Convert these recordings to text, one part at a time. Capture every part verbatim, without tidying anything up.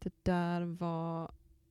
Det där var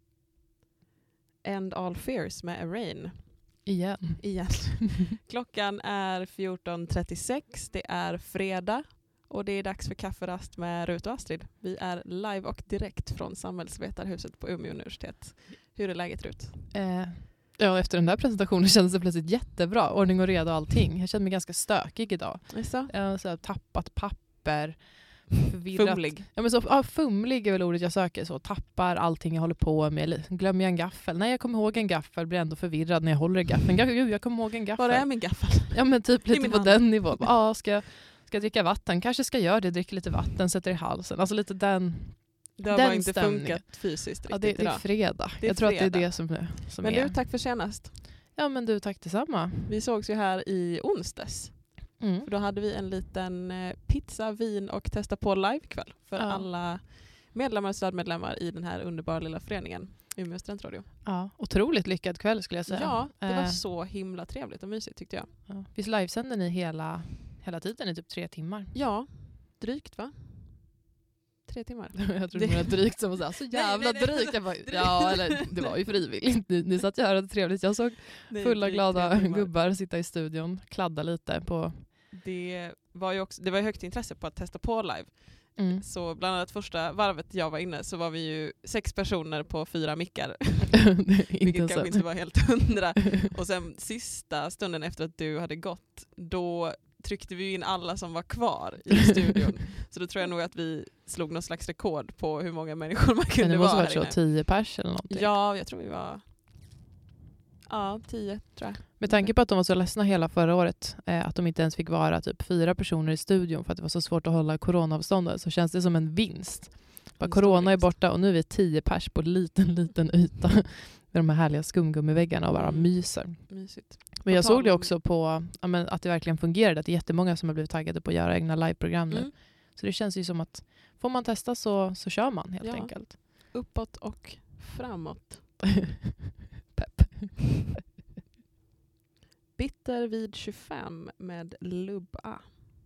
End All Fears med Arain. Igen. Igen. Klockan är fjorton trettiosex. Det är fredag. Och det är dags för kafferast med Rut och Astrid. Vi är live och direkt från Samhällsvetarhuset på Umeå universitet. Hur är läget, Rut? Eh, ja, efter den där presentationen kändes det plötsligt jättebra. Ordning och reda och allting. Jag kände mig ganska stökig idag. Så? Jag har så här, tappat papper. Förvirrat. Fumlig. Ja, men så, ja, fumlig är väl ordet jag söker. Så tappar allting jag håller på med. Eller glömmer jag en gaffel? Nej, jag kommer ihåg en gaffel. Blir ändå förvirrad när jag håller i gaffeln. Gud, jag kommer ihåg en gaffel. Var är min gaffel? Ja, men typ lite min på hand. den nivån. Ja, ska jag, ska jag dricka vatten? Kanske ska jag göra det. Dricka lite vatten, sätter i halsen. Alltså lite den. Det har Den bara inte stämningen. funkat fysiskt riktigt Ja, det, det är idag. fredag. Det är jag tror fredag. att det är det som, som Men är. du, tack för senast. Ja, men du, tack detsamma. Vi sågs ju här i onsdags. Mm. För då hade vi en liten eh, pizza, vin och testa på livekväll för Ja. alla medlemmar och stödmedlemmar i den här underbara lilla föreningen Umeå studentradio. Ja, otroligt lyckad kväll skulle jag säga. Ja, det var Eh, så himla trevligt och mysigt tyckte jag. ja. Visst livesänder ni hela, hela tiden i typ tre timmar? Ja, drygt va? Tre timmar. Jag tror Det- det var drygt som var så, här, så jävla nej, nej. drygt. Jag bara, ja, eller, det var ju frivilligt. Ni, ni satt ju här och hade trevligt. Jag såg fulla glada gubbar sitta i studion, kladda lite på. Det var ju också, det var ju högt intresse på att testa på live. Mm. Så bland annat första varvet jag var inne så var vi ju sex personer på fyra mickar. Inte Vilket ens kanske en. inte var helt hundra. Och sen sista stunden efter att du hade gått, då tryckte vi in alla som var kvar i studion. Så då tror jag nog att vi slog någon slags rekord på hur många människor man Men kunde det vara måste här varit så inne. tio pers eller någonting. Ja, jag tror vi var ja, tio tror jag. Med tanke på att de var så ledsna hela förra året, eh, att de inte ens fick vara typ fyra personer i studion för att det var så svårt att hålla coronaavståndet, så känns det som en vinst. Bara En stor corona är vinst. borta och nu är vi tio pers på liten, liten yta med de här härliga skumgummiväggarna och bara Mm. myser. Mysigt. Men jag På tal såg det om- också på ja, men att det verkligen fungerade, att det är jättemånga som har blivit taggade på att göra egna liveprogram nu. Mm. Så det känns ju som att får man testa så, så kör man helt Ja. enkelt. Uppåt och framåt. Pepp. Bitter vid tjugofem med Lubba.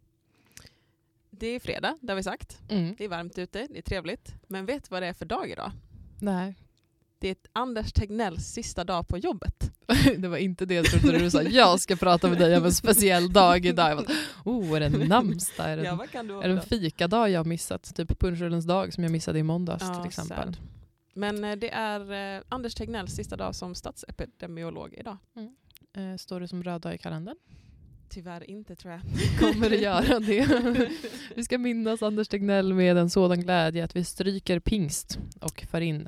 Det är fredag, det har vi sagt. Mm. Det är varmt ute, det är trevligt. Men vet du vad det är för dag idag? Nej, Det är ett Anders Tegnells sista dag på jobbet. det var inte det jag trodde du sa. Jag ska prata med dig om en speciell dag idag. Jag bara, oh, är det en namnsdag? Är det Ja, en, vad kan du är det en då? fikadag jag har missat? Typ punschrullens dag som jag missade i måndags Ja, till exempel. sad. Men eh, det är eh, Anders Tegnells sista dag som statsepidemiolog idag. Eh, står det som röd dag i kalendern? Tyvärr inte tror jag. Kommer det göra det? Vi ska minnas Anders Tegnell med en sådan glädje att vi stryker pingst och för in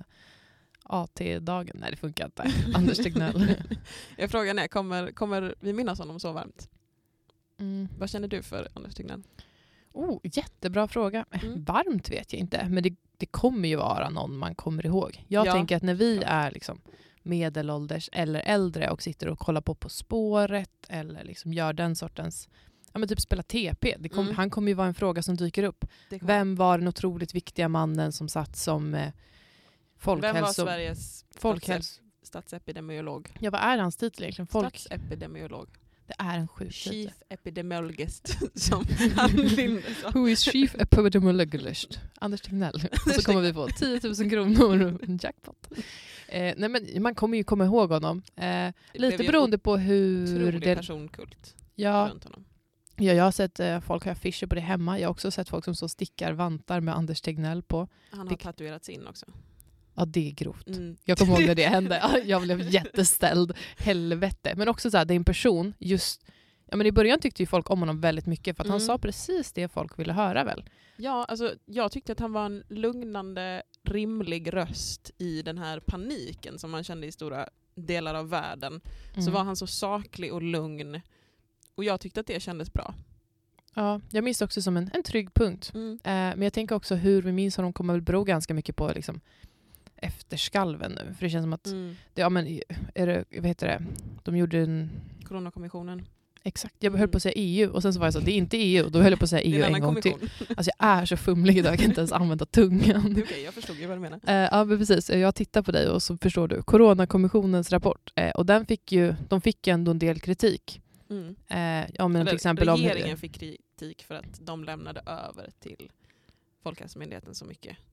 A T-dagen. Nej, det funkar inte. Anders Tegnell. Jag frågar är, kommer, kommer vi minnas honom så varmt? Mm. Vad känner du för Anders Tegnell? Oh, jättebra fråga. Mm. Varmt vet jag inte, men det, det kommer ju vara någon man kommer ihåg. Jag Ja, tänker att när vi klart. är liksom medelålders eller äldre och sitter och kollar på På spåret eller liksom gör den sortens, ja men typ spela T P. Det kom, Mm. Han kommer ju vara en fråga som dyker upp. Det kommer- Vem var den otroligt viktiga mannen som satt som eh, folkhälso... Vem var Sveriges folkhälso... statsepidemiolog? Ja, vad är hans titel egentligen? Folk... Statsepidemiolog. Det är en sjuk titel. Chief epidemiologist som han Linde sa. Who is chief epidemiologist? Anders Tegnell. Och så kommer vi få tio tusen kronor och en jackpot. Eh, nej men man kommer ju komma ihåg honom. Eh, lite blev ju beroende på hur... Otrolig Det, personkult ja, runt honom. ja, jag har sett eh, folk ha affischer på det hemma. Jag har också sett folk som så stickar vantar med Anders Tegnell på. Han har det- tatuerats in också. Ja, det är grovt. Mm. Jag kommer ihåg när det hände. Jag blev jätteställd. Helvete. Men också så här, det är en person just... Ja, men i början tyckte ju folk om honom väldigt mycket för att han Mm. sa precis det folk ville höra väl. Ja, alltså, jag tyckte att han var en lugnande, rimlig röst i den här paniken som man kände i stora delar av världen. Så Mm. var han så saklig och lugn. Och jag tyckte att det kändes bra. Ja, jag minns det också som en, en trygg punkt. Mm. Eh, men jag tänker också hur vi minns honom kommer väl bero ganska mycket på liksom, efterskalven nu. För det känns som att, Mm. det, ja men, är det, vad heter det? De gjorde en, Coronakommissionen. exakt, jag höll på att säga E U och sen så var jag så, det är inte E U, och då höll jag på att säga Det är E U en en annan gång till. kommission. Alltså jag är så fumlig idag, jag kan inte ens använda tungan. Okej, okay, jag förstod ju vad du menar. Eh, ja, men precis. Jag tittar på dig och så förstår du. Coronakommissionens rapport. Eh, och den fick ju, de fick ju ändå en del kritik. Mm. Eh, ja, men Eller, till exempel om... regeringen fick kritik för att de lämnade över till Folkhälsomyndigheten så mycket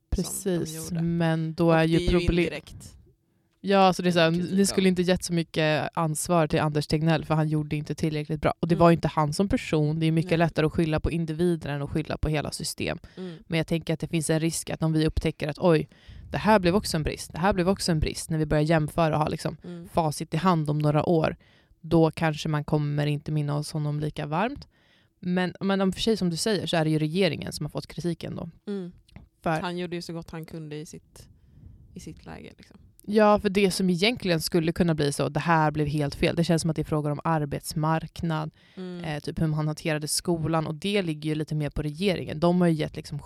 Precis, som de gjorde. men då Och är ju det är ju problem... indirekt. Ja, så det är så här, kritik ni skulle av. inte gett så mycket ansvar till Anders Tegnell för han gjorde inte tillräckligt bra. Och det Mm. var ju inte han som person. Det är mycket Nej. lättare att skylla på individer än att skylla på hela system. Mm. Men jag tänker att det finns en risk att om vi upptäcker att oj, det här blev också en brist. Det här blev också en brist. När vi börjar jämföra och ha liksom Mm. facit i hand om några år. Då kanske man kommer inte minnas honom lika varmt. Men, men om för sig som du säger så är det ju regeringen som har fått kritiken då. Mm. För, Han gjorde ju så gott han kunde i sitt, i sitt läge. Liksom. ja, för det som egentligen skulle kunna bli så, det här blev helt fel. Det känns som att det är frågor om arbetsmarknad, Mm. eh, typ hur man hanterade skolan. Och det ligger ju lite mer på regeringen. De har ju gett liksom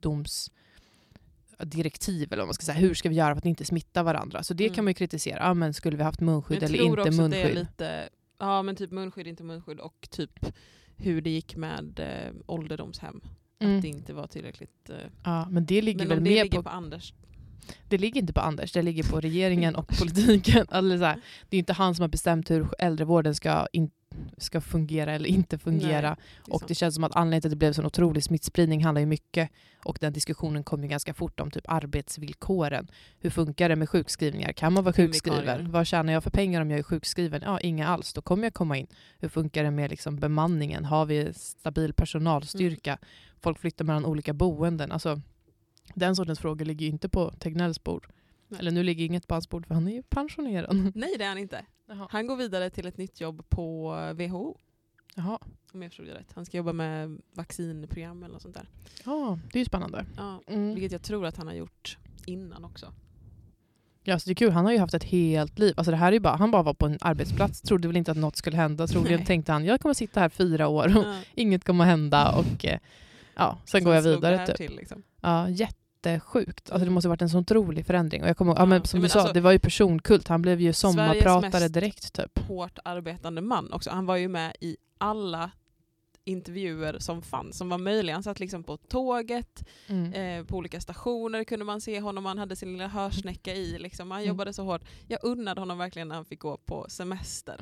sjukdomsdirektiv, eller vad man ska säga. Hur ska vi göra för att inte smitta varandra? Så det Mm. kan man ju kritisera. Ja, men skulle vi haft munskydd Jag eller tror inte också munskydd? Det är lite, ja, men typ munskydd, inte munskydd. Och typ hur det gick med eh, ålderdomshem. Mm. Att det inte var tillräckligt... Eh, Ja, men det ligger men väl om det mer ligger på... på Anders. Det ligger inte på Anders, det ligger på regeringen och politiken. Alltså så här, det är inte han som har bestämt hur äldrevården ska, in, ska fungera eller inte fungera. Nej, det är och sant. det känns som att anledningen till att det blev så otrolig smittspridning handlar ju mycket, och den diskussionen kom ju ganska fort om typ arbetsvillkoren. Hur funkar det med sjukskrivningar? Kan man vara sjukskriven? Vikarier. Vad tjänar jag för pengar om jag är sjukskriven? Ja, inga alls. Då kommer jag komma in. Hur funkar det med liksom bemanningen? Har vi stabil personalstyrka? Mm. Folk flyttar mellan olika boenden. Alltså, den sortens frågor ligger ju inte på Tegnells bord. Nej. Eller nu ligger inget på hans bord för han är ju pensionerad. Nej, det är han inte. Jaha. Han går vidare till ett nytt jobb på W H O. Jaha. Om jag förstod det rätt. Han ska jobba med vaccinprogram eller något sånt där. Ja, det är ju spännande. Ja, Mm. vilket jag tror att han har gjort innan också. Ja, så det är kul. Han har ju haft ett helt liv. Alltså det här är ju bara, han bara var på en arbetsplats, trodde väl inte att något skulle hända. Troligen Nej. tänkte han, jag kommer sitta här fyra år och Ja. inget kommer hända. Och eh, ja, sen går jag slog det vidare här typ. till, liksom. Ja, jättesjukt. Alltså det måste ha varit en sån otrolig förändring. Och jag kommer, ja, Ja, men som men du sa, alltså- det var ju personkult. Han blev ju sommarpratare mest- direkt typ. Hårt arbetande man också. Han var ju med i alla intervjuer som fanns, som var möjliga. Han satt liksom på tåget, Mm. eh, på olika stationer kunde man se honom. Han hade sin lilla hörsnäcka i. Liksom. Han Mm. jobbade så hårt. Jag unnade honom verkligen när han fick gå på semester.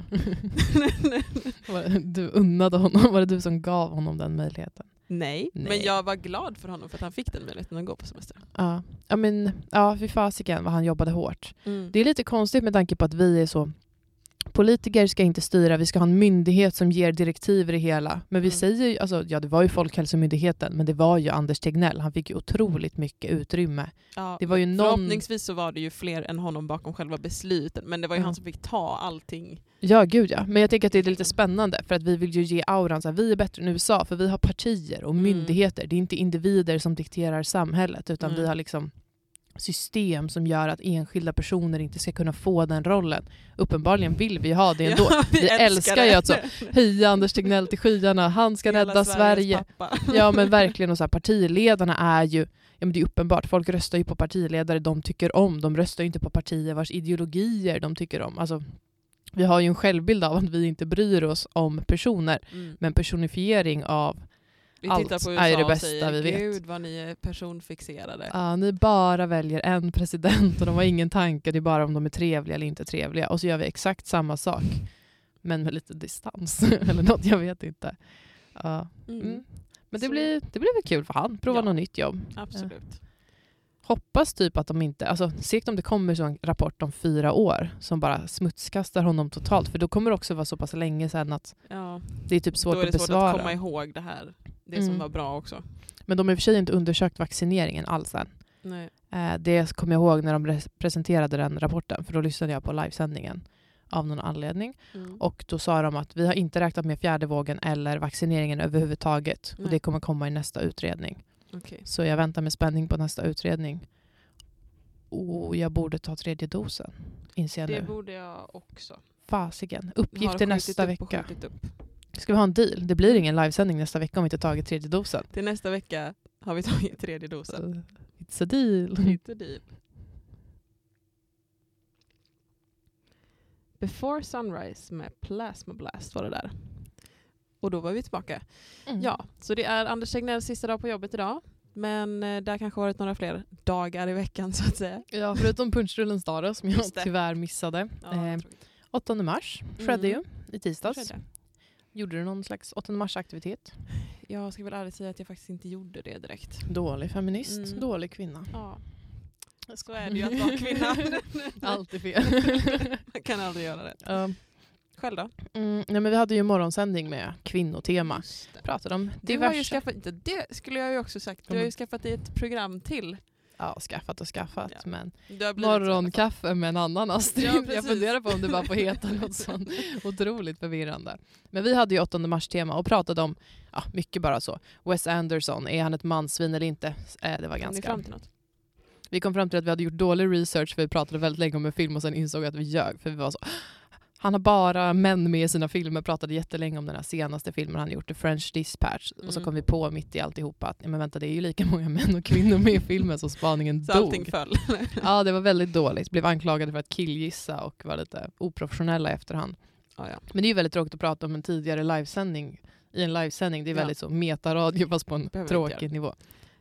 Var det du unnade honom? Var det du som gav honom den möjligheten? Nej, Nej. men jag var glad för honom för att han fick den möjligheten att gå på semester. Ja, ja men ja, fy fasiken vad han jobbade hårt. Mm. Det är lite konstigt med tanke på att vi är så... Politiker ska inte styra, vi ska ha en myndighet som ger direktiv i det hela. Men vi Mm. säger ju, alltså, ja det var ju Folkhälsomyndigheten, men det var ju Anders Tegnell. Han fick ju otroligt mycket utrymme. Ja, Det var ju någon... Förhoppningsvis så var det ju fler än honom bakom själva besluten, men det var ju Ja. han som fick ta allting. Ja, gud ja. Men jag tänker att det är lite spännande för att vi vill ju ge auran så här, vi är bättre än U S A för vi har partier och Mm. myndigheter. Det är inte individer som dikterar samhället utan Mm. vi har liksom system som gör att enskilda personer inte ska kunna få den rollen. Uppenbarligen vill vi ha det ändå. Ja, vi älskar ju det. att så, höja Anders Tegnell till skyarna. Han ska Hela rädda Sveriges Sverige. pappa. Ja men verkligen. Och så här, partiledarna är ju, ja men det är uppenbart. Folk röstar ju på partiledare de tycker om. De röstar ju inte på partier vars ideologier de tycker om. Alltså, vi har ju en självbild av att vi inte bryr oss om personer. Mm. Men personifiering av Vi allt tittar på är ju U S A det och bästa säger, vi vet. gud vad ni är personfixerade. Ja, ni bara väljer en president och de har ingen tanke. Det är bara om de är trevliga eller inte trevliga. Och så gör vi exakt samma sak. Men med lite distans. eller något, jag vet inte. Ja. Mm. Mm. Men det Så- blir, det blir väl kul för han. Prova Ja. något nytt jobb. Absolut. Hoppas typ att de inte... Alltså, segt om det kommer så en rapport om fyra år som bara smutskastar honom totalt. För då kommer det också vara så pass länge sedan att Ja. det är typ svårt Då är det att svårt besvara. att komma ihåg det här. Det som Mm. var bra också. Men de har i och för sig inte undersökt vaccineringen alls än. Nej. Eh, det kommer jag ihåg när de res- presenterade den rapporten. För då lyssnade jag på livesändningen av någon anledning. Mm. Och då sa de att vi har inte räknat med fjärde vågen eller vaccineringen överhuvudtaget. Och Nej. det kommer komma i nästa utredning. Okej. Så jag väntar med spänning på nästa utredning. Och jag borde ta tredje dosen. Inser jag Det nu. borde jag också. Fasiken. Har Uppgifter skjutit nästa upp och vecka. skjutit upp. Ska vi ha en deal? Det blir ingen livesändning nästa vecka om vi inte tagit tredje dosen. Till nästa vecka har vi tagit tredje dosen. It's a deal. Inte deal. Before Sunrise med Plasma Blast var det där. Och då var vi tillbaka. Mm. Ja, så det är Anders Tegnells sista dag på jobbet idag. Men eh, där kanske varit några fler dagar i veckan så att säga. Ja, förutom punschrullens dag då, som jag Just det. tyvärr missade. Ja, eh, tråkigt. åttonde mars Mm. skedde ju i Det tisdags. skedde. Gjorde du någon slags åttonde mars-aktivitet? Jag ska väl ärligt säga att jag faktiskt inte gjorde det direkt. Dålig feminist, Mm. dålig kvinna. Ja. Så är det ju att vara kvinna. Alltid fel. Man kan aldrig göra det. Uh, Själv då? mm, nej, men vi hade ju morgonsändning med kvinnotema. Just det. Pratade om Det, var ju diverse... skaffat, det skulle jag ju också sagt. Du har ju skaffat dig ett program till. Ja, skaffat och skaffat. Ja. Men Du har blivit så i alla fall. morgonkaffe med en annan Astrid. Ja, jag precis. funderar på om det bara får heta något sånt otroligt förvirrande. Men vi hade ju åttonde mars-tema och pratade om ja, mycket bara så. Wes Anderson, är han ett mansvin eller inte? Eh, det var Kom ni ganska... fram till något? Vi kom fram till att vi hade gjort dålig research för vi pratade väldigt länge om en film och sen insåg att vi ljög. För vi var så... Han har bara män med i sina filmer, pratade jättelänge om den här senaste filmen han gjort, The French Dispatch. Mm. Och så kom vi på mitt i alltihopa att ja, men vänta, det är ju lika många män och kvinnor med i filmen så spaningen Så dog. allting föll. Ja, det var väldigt dåligt. Blev anklagade för att killgissa och var lite oprofessionella i efterhand. Ja, ja. Men det är ju väldigt tråkigt att prata om en tidigare livesändning. I en livesändning, det är Ja. väldigt så metaradio fast på en Behöver tråkig nivå.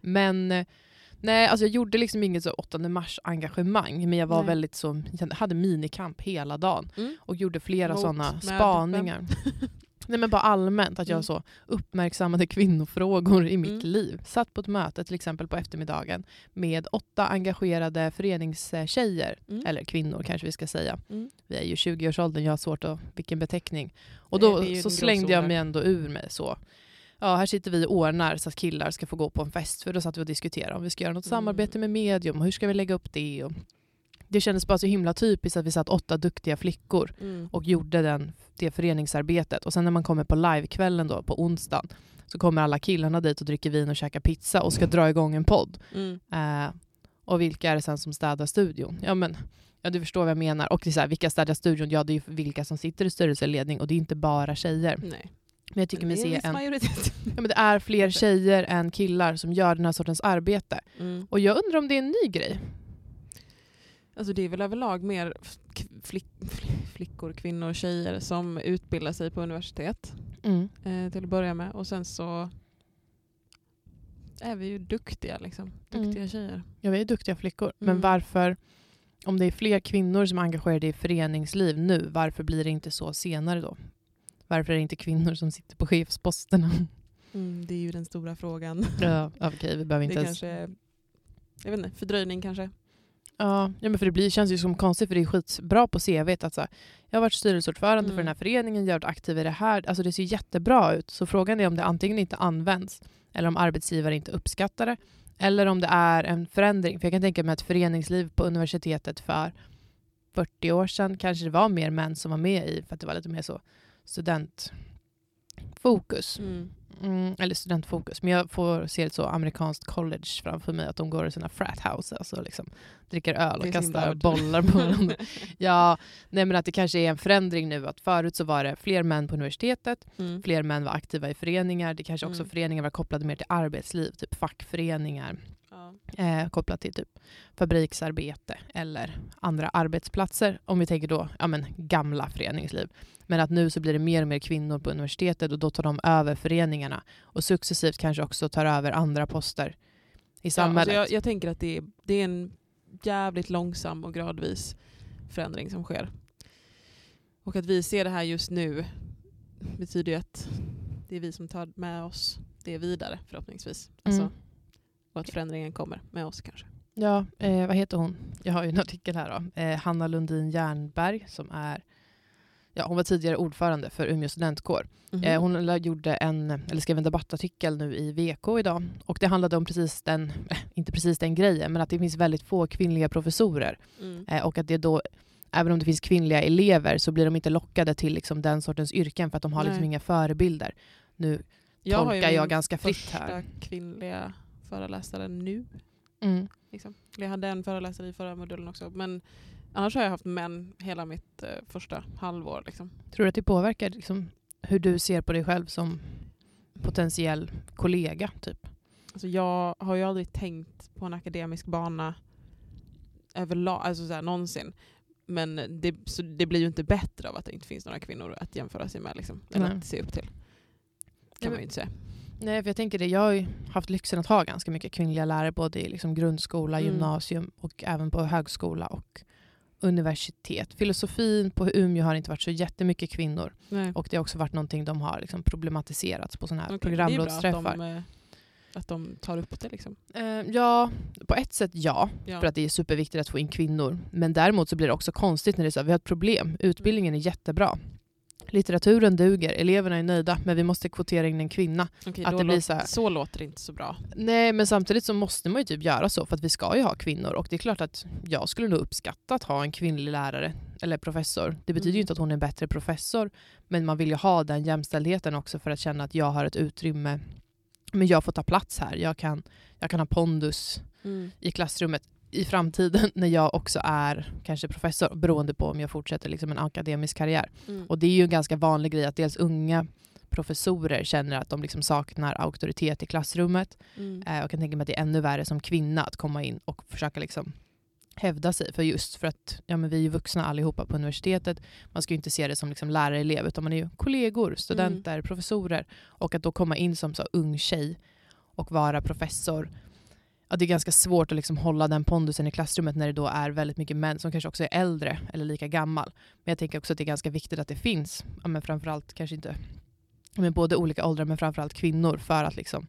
Men nej, alltså jag gjorde liksom inget så åttonde mars-engagemang. Men jag var Nej. väldigt så, jag hade minikamp hela dagen. Mm. Och gjorde flera Mot, sådana med, spaningar. Nej, men bara allmänt att jag Mm. så uppmärksammade kvinnofrågor i mitt Mm. liv. Satt på ett möte till exempel på eftermiddagen med åtta engagerade föreningstjejer. Mm. Eller kvinnor kanske vi ska säga. Mm. Vi är ju tjugo-årsåldern, jag har svårt att vilken beteckning. Och Nej, då det är ju så en slängde gråzon jag där. mig ändå ur mig så. Ja, här sitter vi och ordnar så att killar ska få gå på en fest. För då satt vi och diskuterade om vi ska göra något Mm. samarbete med medium. Och hur ska vi lägga upp det? Och det kändes bara så himla typiskt att vi satt åtta duktiga flickor Mm. och gjorde den, det föreningsarbetet. Och sen när man kommer på livekvällen då, på onsdagen, så kommer alla killarna dit och dricker vin och käkar pizza och ska dra igång en podd. Mm. Eh, och vilka är det sen som städar studion? Ja, men ja, du förstår vad jag menar. Och det är så här, vilka städar studion? Ja, det är ju vilka som sitter i styrelseledning och det är inte bara tjejer. Nej. Men jag tycker Men mig det är se viss en... majoritet. Ja, men det är fler tjejer än killar som gör den här sortens arbete. Mm. Och jag undrar om det är en ny grej. Alltså det är väl överlag mer flick, flickor, kvinnor, tjejer som utbildar sig på universitet Mm. eh, till att börja med. Och sen så är vi ju duktiga liksom. Duktiga Mm. tjejer. Ja, vi är duktiga flickor. Men Mm. varför, om det är fler kvinnor som är engagerade i föreningsliv nu, varför blir det inte så senare då? Varför är det inte kvinnor som sitter på chefsposterna? Mm, det är ju den stora frågan. Ja, okej, vi behöver inte Det ens... kanske är, jag vet inte, fördröjning kanske. Ja, ja, men för det blir, känns ju som konstigt för det är skitbra på C V att så här, jag har varit styrelseordförande Mm. för den här föreningen, jag har varit aktiv i det här. Alltså det ser jättebra ut. Så frågan är om det antingen inte används eller om arbetsgivare inte uppskattar det. Eller om det är en förändring. För jag kan tänka mig att föreningsliv på universitetet för fyrtio år sedan kanske det var mer män som var med i för att det var lite mer så studentfokus. Mm. Mm, eller studentfokus. Men jag får se ett så amerikanskt college framför mig att de går i sina frat houses och liksom dricker öl Det och är sin kastar värld. bollar på varandra. Ja, nej, men att det kanske är en förändring nu. Att förut så var det fler män på universitetet. Mm. Fler män var aktiva i föreningar. Det kanske också Mm. föreningar var kopplade mer till arbetsliv. Typ fackföreningar. Ja. Eh, kopplat till typ fabriksarbete eller andra arbetsplatser. Om vi tänker då, ja men gamla föreningsliv. Men att nu så blir det mer och mer kvinnor på universitetet och då tar de över föreningarna. Och successivt kanske också tar över andra poster i samhället. Ja, alltså jag, jag tänker att det är, det är en jävligt långsam och gradvis förändring som sker. Och att vi ser det här just nu betyder ju att det är vi som tar med oss det vidare förhoppningsvis. Alltså, Mm. och att förändringen kommer med oss kanske. Ja, eh, vad heter hon? Jag har ju en artikel här då. Eh, Hanna Lundin Jernberg som är, ja, hon var tidigare ordförande för Umeå studentkår. Mhm. Eh, hon la- gjorde en, eller skrev en debattartikel nu i V K idag. Och det handlade om precis den, eh, inte precis den grejen, men att det finns väldigt få kvinnliga professorer. Mm. Eh, och att det då, även om det finns kvinnliga elever så blir de inte lockade till liksom den sortens yrken för att de har liksom Nej. inga förebilder. Nu Jag har ju tolkar jag min ganska fritt första här. kvinnliga föreläsare nu. Mm. Liksom. Jag hade en föreläsare i förra modulen också. Men annars har jag haft män hela mitt eh, första halvår. Liksom. Tror du att det påverkar liksom, hur du ser på dig själv som potentiell kollega? Typ? Alltså jag har ju aldrig tänkt på en akademisk bana överlag, alltså så här, någonsin. Men det, så det blir ju inte bättre av att det inte finns några kvinnor att jämföra sig med. Liksom. Eller Nej. att se upp till. Ja, Kan men- man ju inte säga. Nej, för jag tänker det. Jag har ju haft lyxen att ha ganska mycket kvinnliga lärare både i liksom grundskola, Mm. gymnasium och även på högskola och universitet. Filosofin på Umeå har inte varit så jättemycket kvinnor. Nej. Och det har också varit någonting de har liksom problematiserat på sådana här Okay, programrådsträffar. Det är bra att de, att de tar upp det liksom. Uh, ja, på ett sätt ja, ja. För att det är superviktigt att få in kvinnor. Men däremot så blir det också konstigt när det är så att vi har ett problem. Utbildningen är jättebra. Litteraturen duger, eleverna är nöjda, men vi måste kvotera in en kvinna. Okej, att det blir så, här. så låter det inte så bra. Nej, men samtidigt så måste man ju typ göra så, för att vi ska ju ha kvinnor. Och det är klart att jag skulle nog uppskatta att ha en kvinnlig lärare eller professor. Det betyder mm. ju inte att hon är en bättre professor, men man vill ju ha den jämställdheten också för att känna att jag har ett utrymme. Men jag får ta plats här. Jag kan, jag kan ha pondus mm. i klassrummet i framtiden när jag också är kanske professor, beroende på om jag fortsätter liksom en akademisk karriär. Mm. Och det är ju en ganska vanlig grej att dels unga professorer känner att de liksom saknar auktoritet i klassrummet. Mm. Eh, och kan tänka mig att det är ännu värre som kvinna att komma in och försöka liksom hävda sig. För just för att ja, men vi är ju vuxna allihopa på universitetet. Man ska ju inte se det som liksom lärare-elev, utan man är ju kollegor, studenter, mm. professorer. Och att då komma in som så ung tjej och vara professor. Ja, det är ganska svårt att liksom hålla den pondusen i klassrummet när det då är väldigt mycket män som kanske också är äldre eller lika gammal. Men jag tänker också att det är ganska viktigt att det finns, ja, men framförallt kanske inte men både olika åldrar, men framförallt kvinnor, för att liksom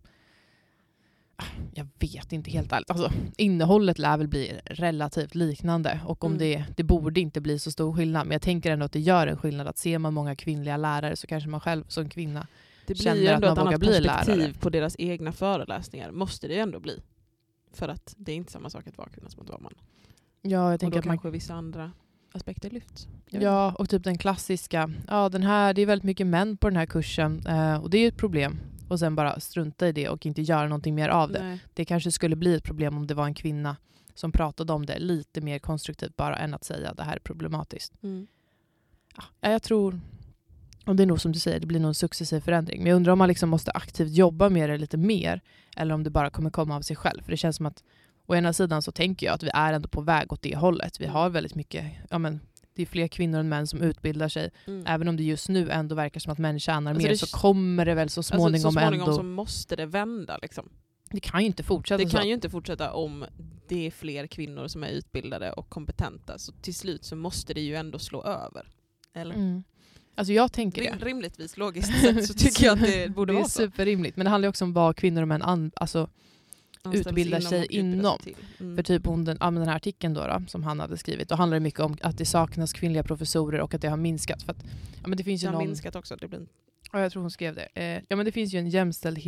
jag vet inte helt ärligt. Alltså, innehållet lär väl bli relativt liknande och om mm. det, det borde inte bli så stor skillnad, men jag tänker ändå att det gör en skillnad att ser man många kvinnliga lärare så kanske man själv som kvinna det känner blir ändå att man ett vågar annat bli perspektiv lärare. På deras egna föreläsningar måste det ändå bli. För att det är inte samma sak att vara kvinna som att vara man. Ja, jag tänker och då att man kanske vissa andra aspekter lyfts. Ja, och typ den klassiska, ja den här, det är väldigt mycket män på den här kursen eh, och det är ju ett problem. Och sen bara strunta i det och inte göra någonting mer av det. Nej. Det kanske skulle bli ett problem om det var en kvinna som pratade om det lite mer konstruktivt bara än att säga att det här är problematiskt. Mm. Ja, jag tror, och det är nog som du säger, det blir nog en successiv förändring. Men jag undrar om man liksom måste aktivt jobba med det lite mer eller om det bara kommer komma av sig själv. För det känns som att å ena sidan så tänker jag att vi är ändå på väg åt det hållet. Vi har väldigt mycket, ja men det är fler kvinnor än män som utbildar sig. Mm. Även om det just nu ändå verkar som att män tjänar alltså mer det, så kommer det väl så småningom, alltså så småningom ändå. Så måste det vända liksom. Det kan ju inte fortsätta Det så. kan ju inte fortsätta om det är fler kvinnor som är utbildade och kompetenta. Så till slut så måste det ju ändå slå över. Eller? Mm. Alltså jag tänker Rim, det. Rimligtvis, logiskt sett så tycker jag att det borde det vara så. Det är superrimligt. Men det handlar ju också om vad kvinnor och män an, alltså, utbildar inom sig inom. Sig mm. För typ hon, den, ja, den här artikeln då, då, som han hade skrivit, då handlar det mycket om att det saknas kvinnliga professorer och att det har minskat. För att, ja, men det finns ju det har någon, minskat också. Det blir... Ja, jag tror hon skrev det. Eh, ja, men det finns ju en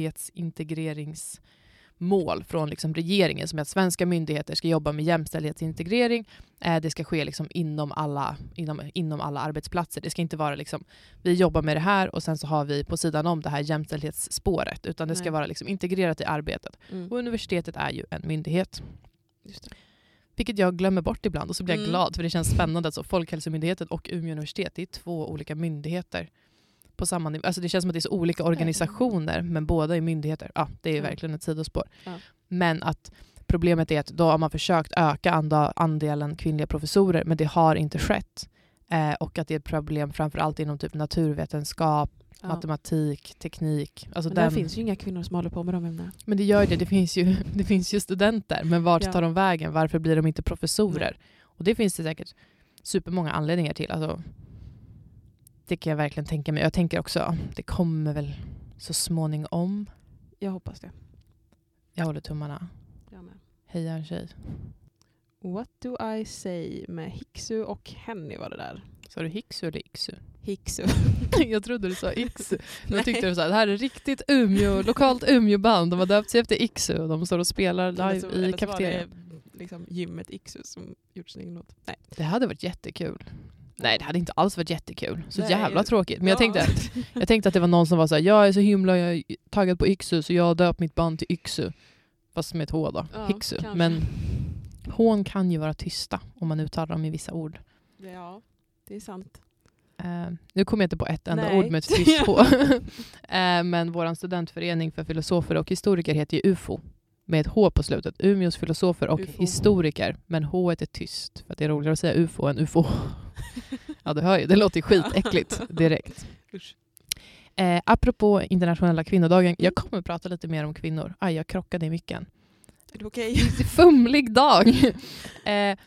jämställdhetsintegreringsmål från liksom regeringen som är att svenska myndigheter ska jobba med jämställdhetsintegrering. Eh, det ska ske liksom inom, alla, inom, inom alla arbetsplatser. Det ska inte vara liksom, vi jobbar med det här och sen så har vi på sidan om det här jämställdhetsspåret. Utan det ska Nej. vara liksom integrerat i arbetet. Mm. Och universitetet är ju en myndighet. Just det. Vilket jag glömmer bort ibland och så blir jag mm. glad för det känns spännande. Alltså, Folkhälsomyndigheten och Umeå universitet, det är två olika myndigheter. På samma nivå. Alltså det känns som att det är så olika organisationer men båda är myndigheter. Ja, det är ju mm. verkligen ett sidospår. Ja. Men att problemet är att då har man försökt öka and- andelen kvinnliga professorer men det har inte skett. Eh, och att det är ett problem framförallt inom typ naturvetenskap, ja. matematik, teknik. Alltså men den... där finns ju inga kvinnor som håller på med de ämnena. Men det gör det. Det finns ju, det finns ju studenter. Men vart ja. tar de vägen? Varför blir de inte professorer? Nej. Och det finns det säkert supermånga anledningar till. Alltså det kan jag verkligen tänka mig. Jag tänker också, det kommer väl så småningom. Jag hoppas det. Jag håller tummarna. Jag med. Heja en tjej. What do I say med Hiksu och Henny var det där. Sa du Hiksu eller Iksu? Hiksu. Jag trodde du sa Iksu. Jag tyckte du sa, det här är riktigt Umeå, lokalt Umeå-band. De har döpt sig efter Iksu och de står och spelar live eller så, i kafeterian. Liksom gymmet Iksu som gjort sin egen låt. Nej. Det hade varit jättekul. Nej, det hade inte alls varit jättekul. Så Nej. jävla tråkigt. Men ja. jag, tänkte att, jag tänkte att det var någon som var så här, jag är så himla jag är taggad på Iksu så jag har döpt mitt band till Iksu. Fast med ett H då. Ja, Hiksu. kanske. Men hån kan ju vara tysta om man uttalar dem i vissa ord. Ja, det är sant. Uh, nu kommer jag inte på ett enda Nej. ord med ett tyst H. uh, men vår studentförening för filosofer och historiker heter ju U F O. Med ett H på slutet. Umeås filosofer och U F O. Historiker. Men H är tyst. För att det är roligare att säga U F O än U F O. Ja, du hör ju. Det låter skitäckligt direkt. Eh, apropå internationella kvinnodagen. Jag kommer att prata lite mer om kvinnor. Aj, jag krockade i micken. Är det okej? Okay? Fumlig dag. eh,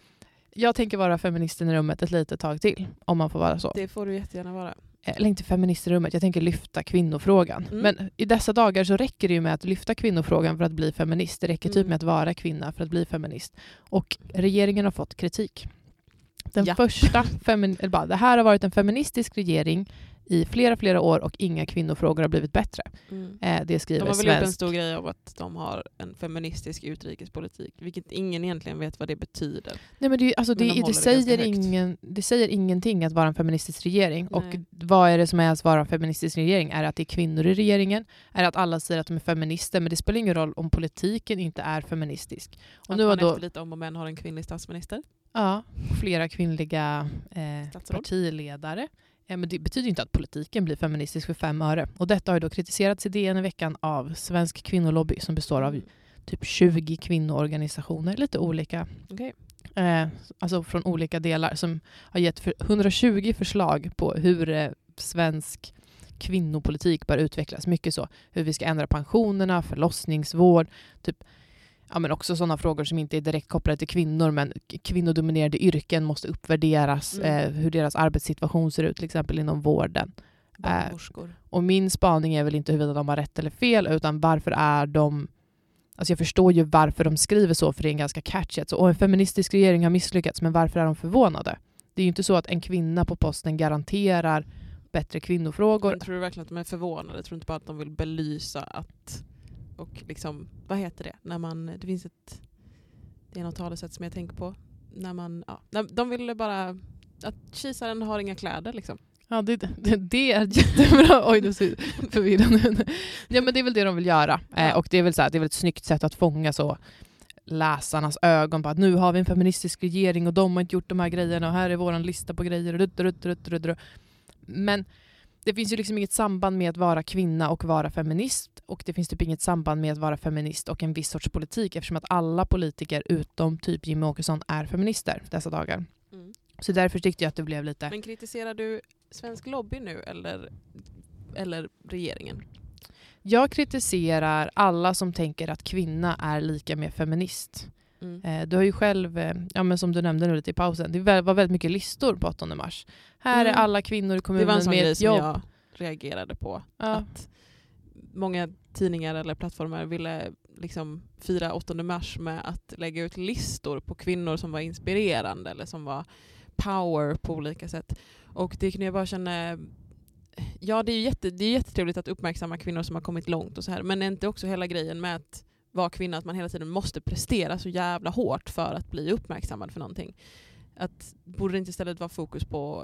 Jag tänker vara feministen i rummet ett litet tag till, om man får vara så. Det får du jättegärna vara. Eller inte feminist i rummet, jag tänker lyfta kvinnofrågan. Mm. Men i dessa dagar så räcker det ju med att lyfta kvinnofrågan för att bli feminist. Det räcker typ Mm. med att vara kvinna för att bli feminist. Och regeringen har fått kritik. Den Ja. första, femin- eller bara, det här har varit en feministisk regering i flera, flera år och inga kvinnofrågor har blivit bättre. Mm. Eh, det skriver De har väl gjort en Svensk. stor grej av att de har en feministisk utrikespolitik, vilket ingen egentligen vet vad det betyder. Nej, men det, är ju- alltså, Men det, de det, håller det säger ganska högt. ingen, det säger ingenting att vara en feministisk regering. Nej. Och vad är det som är att vara en feministisk regering? Är det att det är kvinnor i regeringen? Är det att alla säger att de är feminister? Men det spelar ingen roll om politiken inte är feministisk. Och Att nu har man då, efter lite om och män har en kvinnlig statsminister. ja, flera kvinnliga eh, Statsråd. partiledare. Eh, men det betyder inte att politiken blir feministisk för fem öre. Och detta har ju då kritiserats i D N i veckan av Svensk kvinnolobby som består av typ tjugo kvinnoorganisationer, lite olika. Okej. Eh, alltså från olika delar som har gett för hundratjugo förslag på hur eh, svensk kvinnopolitik bör utvecklas. Mycket så. Hur vi ska ändra pensionerna, förlossningsvård, typ, ja, men också sådana frågor som inte är direkt kopplade till kvinnor, men k- kvinnodominerade yrken måste uppvärderas, Mm. eh, hur deras arbetssituation ser ut, till exempel inom vården. Barnmorskor. Och min spaning är väl inte huruvida de har rätt eller fel, utan varför är de... Alltså jag förstår ju varför de skriver så, för det är en ganska catchy. Så, en feministisk regering har misslyckats, men varför är de förvånade? Det är ju inte så att en kvinna på posten garanterar bättre kvinnofrågor. Jag tror du verkligen att de är förvånade? Jag tror inte bara att de vill belysa att... Och liksom, vad heter det? När man... Det finns ett... Det är något talesätt som jag tänker på. När man... Ja, när, de vill bara... Att kejsaren har inga kläder liksom. Ja, det, det, det är jättebra. Oj, du ser förvirrande. Ja, men det är väl det de vill göra. Ja. Eh, och det är väl så här, det är väl ett snyggt sätt att fånga så läsarnas ögon på att nu har vi en feministisk regering och de har inte gjort de här grejerna och här är våran lista på grejer. Rutt, rutt, rutt, rutt, rutt. Men det finns ju liksom inget samband med att vara kvinna och vara feminist, och det finns typ inget samband med att vara feminist och en viss sorts politik, eftersom att alla politiker utom typ Jimmie Åkesson är feminister dessa dagar. Mm. Så därför tyckte jag att det blev lite... Men kritiserar du svensk lobby nu eller, eller regeringen? Jag kritiserar alla som tänker att kvinna är lika med feminist. Mm. Eh, du har ju själv, eh, ja, men som du nämnde nu lite i pausen, det var väldigt mycket listor på åttonde mars. Här Mm. är alla kvinnor i Det kommunen var en sån med grej ett som jobb. jag reagerade på. Ja. Att många tidningar eller plattformar ville liksom fira åttonde mars med att lägga ut listor på kvinnor som var inspirerande eller som var power på olika sätt. Och det kunde jag bara känna... Ja, det är ju jätte, det är jättetrevligt att uppmärksamma kvinnor som har kommit långt och så här. Men är inte också hela grejen med att vara kvinna att man hela tiden måste prestera så jävla hårt för att bli uppmärksammad för någonting? Att borde det inte istället vara fokus på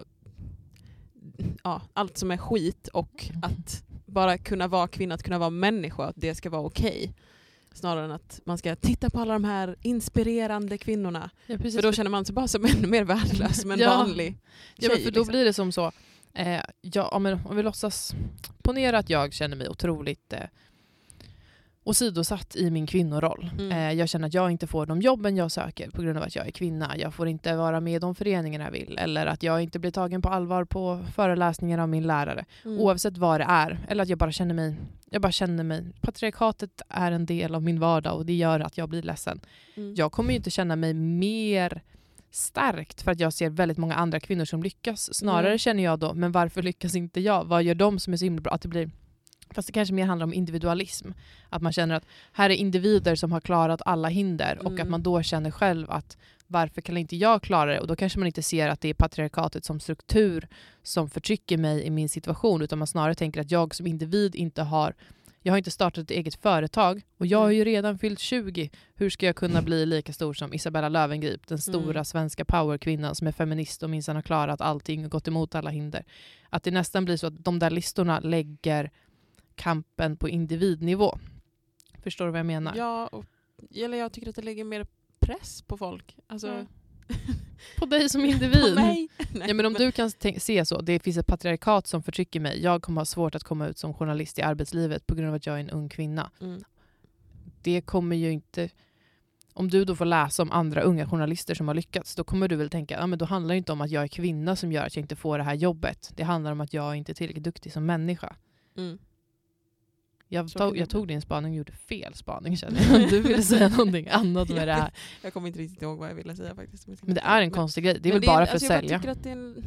ja, allt som är skit och att bara kunna vara kvinna, att kunna vara människa, att det ska vara okej. Snarare än att man ska titta på alla de här inspirerande kvinnorna. Ja, precis. För då känner man sig bara som ännu mer värdelös som en Ja. vanlig Ja, tjej. men för då liksom. blir det som så. Eh, ja, om, om vi låtsas ponera att jag känner mig otroligt eh, åsidosatt i min kvinnoroll. Mm. Eh, jag känner att jag inte får de jobben jag söker på grund av att jag är kvinna. Jag får inte vara med i de föreningarna jag vill. Eller att jag inte blir tagen på allvar på föreläsningar av min lärare. Mm. Oavsett vad det är. Eller att jag bara känner mig... Jag bara känner mig... Patriarkatet är en del av min vardag och det gör att jag blir ledsen. Mm. Jag kommer ju inte känna mig mer starkt för att jag ser väldigt många andra kvinnor som lyckas. Snarare Mm. känner jag då, men varför lyckas inte jag? Vad gör de som är så himla bra? Att det blir... Fast det kanske mer handlar om individualism. Att man känner att här är individer som har klarat alla hinder. Och Mm. att man då känner själv att varför kan inte jag klara det? Och då kanske man inte ser att det är patriarkatet som struktur som förtrycker mig i min situation. Utan man snarare tänker att jag som individ inte har... Jag har inte startat ett eget företag. Och jag har ju redan fyllt tjugo. Hur ska jag kunna bli lika stor som Isabella Löwengrip? Den stora Mm. svenska powerkvinnan som är feminist och minsann har klarat allting och gått emot alla hinder. Att det nästan blir så att de där listorna lägger kampen på individnivå. Förstår du vad jag menar? Ja, och, eller jag tycker att det lägger mer press på folk. Alltså, Ja. På dig som individ. på mig. Nej, Ja, men om du kan tänk- se så, det finns ett patriarkat som förtrycker mig. Jag kommer ha svårt att komma ut som journalist i arbetslivet på grund av att jag är en ung kvinna. Mm. Det kommer ju inte... Om du då får läsa om andra unga journalister som har lyckats, då kommer du väl tänka, ja, men då handlar det inte om att jag är kvinna som gör att jag inte får det här jobbet. Det handlar om att jag inte är tillräckligt duktig som människa. Mm. Jag, Så tog, kan jag det tog din spaning och gjorde fel spaning, känner jag. Du ville säga någonting annat med det här. Jag kommer inte riktigt ihåg vad jag ville säga faktiskt. Men det är en men, konstig grej. Det är men väl bara en- för alltså, att jag sälja. tycker att det är en...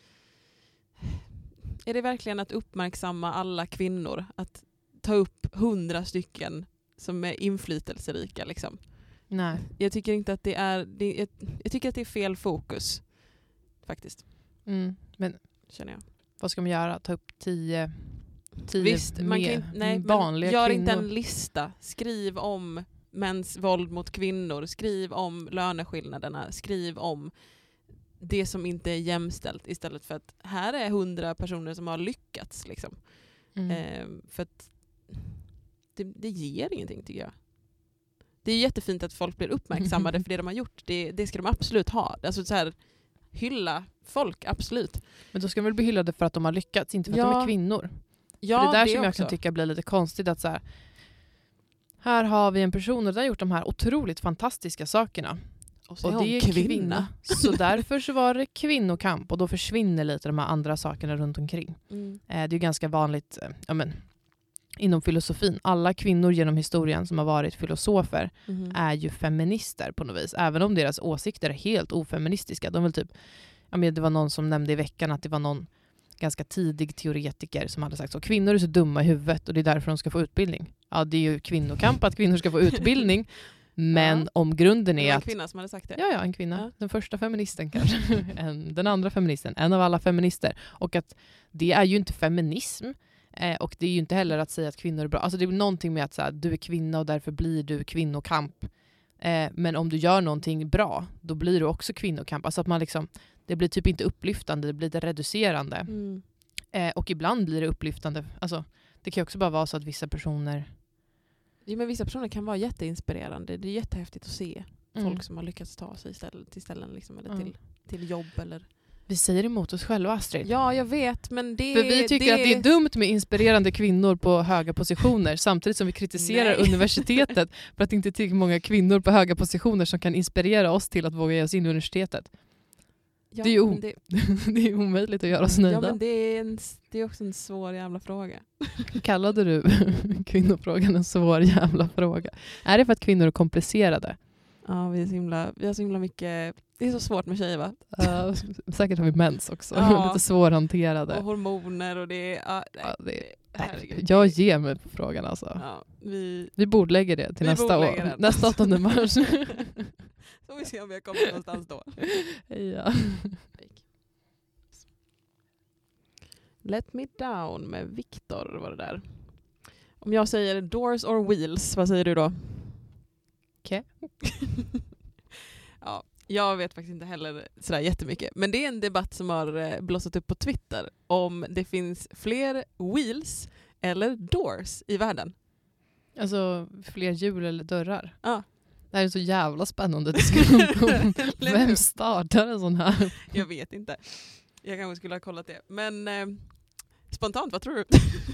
Är det verkligen att uppmärksamma alla kvinnor? Att ta upp hundra stycken som är inflytelserika liksom? Nej. Jag tycker inte att det är... Det, jag, jag tycker att det är fel fokus. Faktiskt, Mm. Men känner jag. vad ska man göra? Ta upp tio, tio Visst, man kan mer inte, nej, vanliga men gör kvinnor. inte en lista. Skriv om mäns våld mot kvinnor. Skriv om löneskillnaderna. Skriv om det som inte är jämställt, istället för att här är hundra personer som har lyckats. Liksom. Mm. Eh, för att det, det ger ingenting, tycker jag. Det är jättefint att folk blir uppmärksammade för det de har gjort. Det, det ska de absolut ha. Alltså så här, hylla folk, absolut. Men då ska de väl bli hyllade för att de har lyckats, inte för att Ja. de är kvinnor. Ja, för det är där det som jag också. kan tycka blir lite konstigt. Att så här, här har vi en person och den har gjort de här otroligt fantastiska sakerna. Och så är Och hon det är kvinna. kvinna. Så därför så var det kvinnokamp. Och då försvinner lite de här andra sakerna runt omkring. Mm. Eh, det är ju ganska vanligt eh, ja, men, inom filosofin. Alla kvinnor genom historien som har varit filosofer Mhm. är ju feminister på något vis. Även om deras åsikter är helt ofeministiska. De vill typ, ja, men det var någon som nämnde i veckan att det var någon ganska tidig teoretiker som hade sagt så: kvinnor är så dumma i huvudet och det är därför de ska få utbildning. Ja, det är ju kvinnokamp att kvinnor ska få utbildning. Men Ja. om grunden Det är var en att... kvinna som hade sagt det. Ja, ja, en kvinna. Ja. Den första feministen kanske. en, den andra feministen. En av alla feminister. Och att det är ju inte feminism. Eh, och det är ju inte heller att säga att kvinnor är bra. Alltså det är någonting med att så här, du är kvinna och därför blir du kvinnokamp. Eh, men om du gör någonting bra, då blir du också kvinnokamp. Alltså att man liksom, det blir typ inte upplyftande, det blir lite reducerande. Mm. Eh, och ibland blir det upplyftande. Alltså, det kan ju också bara vara så att vissa personer... Jo, men vissa personer kan vara jätteinspirerande. Det är jättehäftigt att se Mm. folk som har lyckats ta sig ställ, till ställen liksom, eller Mm. till, till jobb. Eller... Vi säger emot oss själva, Astrid. Ja, jag vet, men det För vi tycker det... att det är dumt med inspirerande kvinnor på höga positioner samtidigt som vi kritiserar Nej. universitetet för att det inte är tillräckligt många kvinnor på höga positioner som kan inspirera oss till att våga ge oss in i universitetet. Ja, det är ju men o- det, Det är omöjligt att göra oss nöjda. ja, men det är, en, det är också en svår jävla fråga. Kallade du kvinnofrågan en svår jävla fråga? Är det för att kvinnor är komplicerade? Ja, vi, är så himla, vi har så himla mycket... Det är så svårt med tjejer, va? Uh, säkert har vi mens också. Ja. Lite svårhanterade. Och hormoner och det är... Ja, nej, Ja, det- herregud. Jag ger mig på frågan alltså. Ja, vi... Vi bordlägger det till Vi nästa bordlägger år. den. Nästa åttonde mars. Så får vi se om vi har kommit någonstans då. Ja. Let Me Down med Viktor var det där. Om jag säger Doors or Wheels, vad säger du då? Okej. Ja, jag vet faktiskt inte heller sådär jättemycket. Men det är en debatt som har eh, blossat upp på Twitter om det finns fler wheels eller doors i världen. Alltså fler hjul eller dörrar. Ja. Det här är en så jävla spännande diskussion. Eller hur? Vem startar en sån här? Jag vet inte. Jag kanske skulle ha kollat det. Men eh, spontant, vad tror du?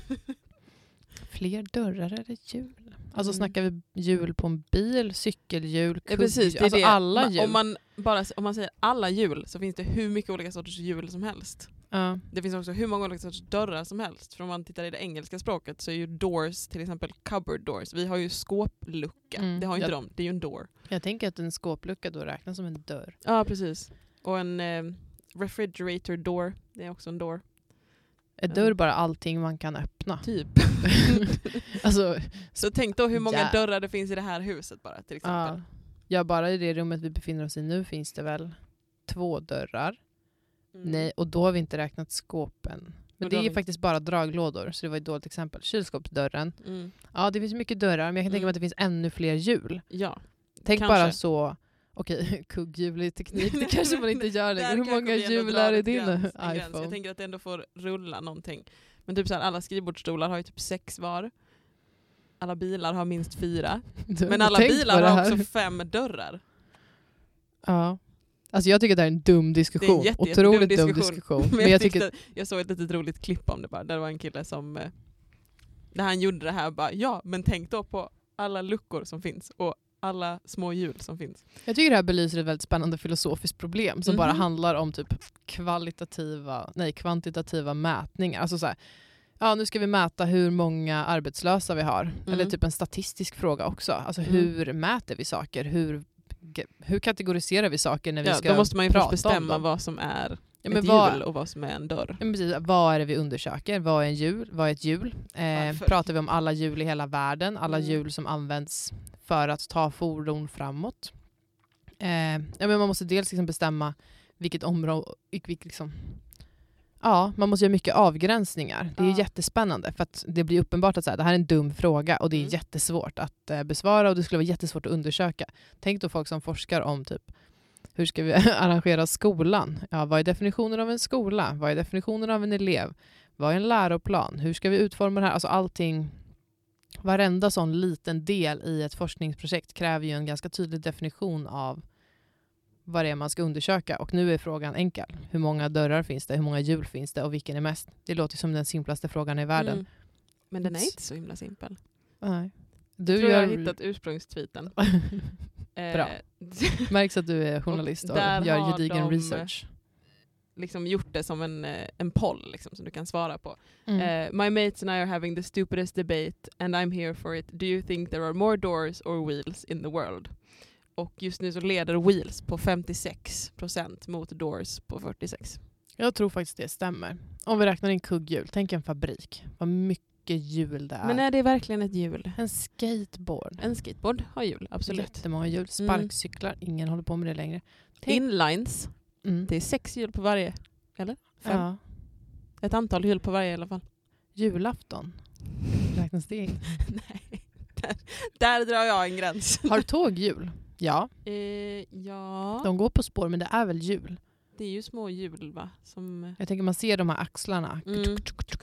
Fler dörrar eller hjul? Alltså Mm. snackar vi hjul på en bil, cykelhjul, Ja, kugghjul, precis, det är alltså det. alla Ma- hjul. Om man, bara, om man säger alla hjul så finns det hur mycket olika sorters hjul som helst. Ja. Det finns också hur många olika sorters dörrar som helst. För om man tittar i det engelska språket så är ju doors till exempel cupboard doors. Vi har ju skåplucka. Mm, Det har ju inte jag- de. Det är ju en door. Jag tänker att en skåplucka då räknas som en dörr. Ja, precis. Och en eh, refrigerator door. Det är också en door. Är Ja. dörr bara allting man kan öppna? Typ. Alltså, Så tänk då hur många Ja. dörrar det finns i det här huset bara till exempel. ja. Ja, bara i det rummet vi befinner oss i nu finns det väl två dörrar. Mm. Nej, och då har vi inte räknat skåpen. Men då det är har ju vi- faktiskt bara draglådor, så det var ett dåligt exempel. Kylskåpsdörren. Mm. Ja, det finns mycket dörrar, men jag kan tänka Mm. mig att det finns ännu fler hjul. Ja. Tänk Kanske. bara så, okej, kugghjul i teknik, det kanske man inte gör Där längre. Hur kanske många vi ändå hjul drar är i ett din gräns- en gräns. iPhone? Jag tänker att det ändå får rulla någonting. Men typ så här, alla skrivbordsstolar har ju typ sex var. Alla bilar har minst fyra. Du har Men inte alla tänkt på bilar det har här. också fem dörrar. Ja. Alltså jag tycker att det här är en dum diskussion. jätte- jättedum Otroligt dum diskussion. diskussion. Men Men jag tyckte, tycker... jag såg ett litet roligt klipp om det bara. Där det var en kille som... eh, Där han gjorde det här bara, ja, men tänk då på alla luckor som finns. Och alla små hjul som finns. Jag tycker det här belyser ett väldigt spännande filosofiskt problem som Mhm. bara handlar om typ kvalitativa, nej kvantitativa mätningar. Alltså så här, ja, nu ska vi mäta hur många arbetslösa vi har. Mm. Eller typ en statistisk fråga också. Alltså Mm. hur mäter vi saker? Hur, hur kategoriserar vi saker när vi Ja, ska då måste man ju prata först om bestämma dem? vad som är Ja, men ett vad, hjul och vad som är en dörr. ja, men precis, vad är det vi undersöker? Vad är en hjul? Vad är ett hjul? Eh, Varför? pratar vi om alla hjul i hela världen? Alla Mm. hjul som används för att ta fordon framåt? Eh, ja, men man måste dels liksom bestämma vilket område... Vilket, liksom, ja, man måste göra mycket avgränsningar. Det är Ja. jättespännande för att det blir uppenbart att så här, det här är en dum fråga och det är Mm. jättesvårt att eh, besvara och det skulle vara jättesvårt att undersöka. Tänk då folk som forskar om typ hur ska vi arrangera skolan? Ja, vad är definitionen av en skola? Vad är definitionen av en elev? Vad är en läroplan? Hur ska vi utforma det här? Alltså allting, varenda sån liten del i ett forskningsprojekt kräver ju en ganska tydlig definition av vad det är man ska undersöka. Och nu är frågan enkel. Hur många dörrar finns det? Hur många hjul finns det? Och vilken är mest? Det låter som den simplaste frågan i världen. Mm. Men den är inte så himla simpel. Nej. Du Du tror gör... jag har hittat ursprungstweeten. Bra. Eh, Märks att du är journalist och, Och där gör har gedigen de- research. liksom gjort det som en, eh, en poll liksom, som du kan svara på. Mm. Eh, My mates and I are having the stupidest debate and I'm here for it. Do you think there are more doors or wheels in the world? Och just nu så leder wheels på femtiosex procent mot doors på fyrtiosex. Jag tror faktiskt det stämmer. Om vi räknar in kugghjul, tänk en fabrik. Vad mycket hjul det är. Men är det verkligen ett hjul? En skateboard. En skateboard har hjul, absolut. Jättemånga hjul. Sparkcyklar, ingen håller på med det längre. Tänk- Inlines, Mm. det är sex hjul på varje. Eller? Fem. Ja. Ett antal hjul på varje i alla fall. Julafton. Räknas det in? Nej, där, där drar jag en gräns. Har tåg hjul? Ja. Eh, ja, De går på spår men det är väl hjul? det är ju små hjul va? Som... Jag tänker man ser de här axlarna. Mm.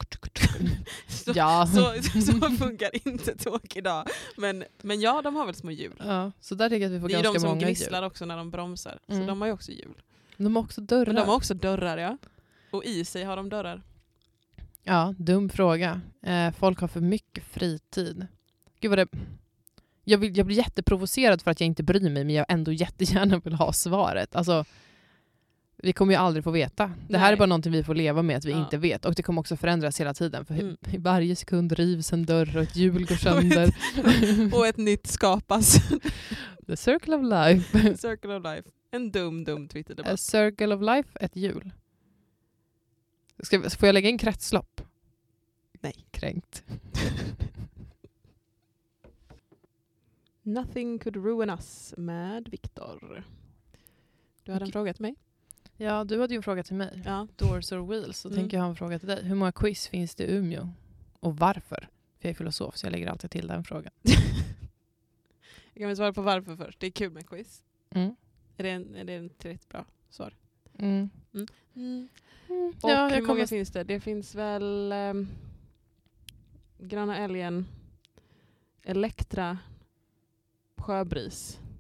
Så, Ja. så, så funkar inte tåg idag. Men, men ja, de har väl små hjul. Ja. Så där tycker jag att vi får Det är ju ganska de som många gnisslar hjul. också när de bromsar. Mm. Så de har ju också hjul. De har också dörrar. Men de har också dörrar, ja. Och i sig har de dörrar. Ja, dum fråga. Eh, folk har för mycket fritid. Gud vad det... Jag, vill, jag blir jätteprovocerad för att jag inte bryr mig men jag ändå jättegärna vill ha svaret. Alltså, vi kommer ju aldrig få veta. Det Nej. här är bara någonting vi får leva med att vi Ja. inte vet. Och det kommer också förändras hela tiden. För Mm. i varje sekund rivs en dörr och ett hjul går sönder. Och ett nytt skapas. The circle of life. Circle of life. En dum, dum A Twitter-debatt. circle of life, ett hjul. Ska, får jag lägga in kretslopp? Nej. Kränkt. Nothing could ruin us med Viktor. Du hade en Okej. fråga till mig. Ja, du hade ju en fråga till mig. Ja. Doors or wheels. Så Mm. tänker jag ha en fråga till dig. Hur många quiz finns det i Umeå? Och varför? För jag är filosof så jag lägger alltid till den frågan. Jag kan väl svara på varför först. Det är kul med quiz. Mm. Är det en, är det en tillräckligt bra svar? Mm. Mm. Mm. Och Ja, hur jag många kommer... finns det? Det finns väl um, Gröna älgen, Elektra, Sjöbris.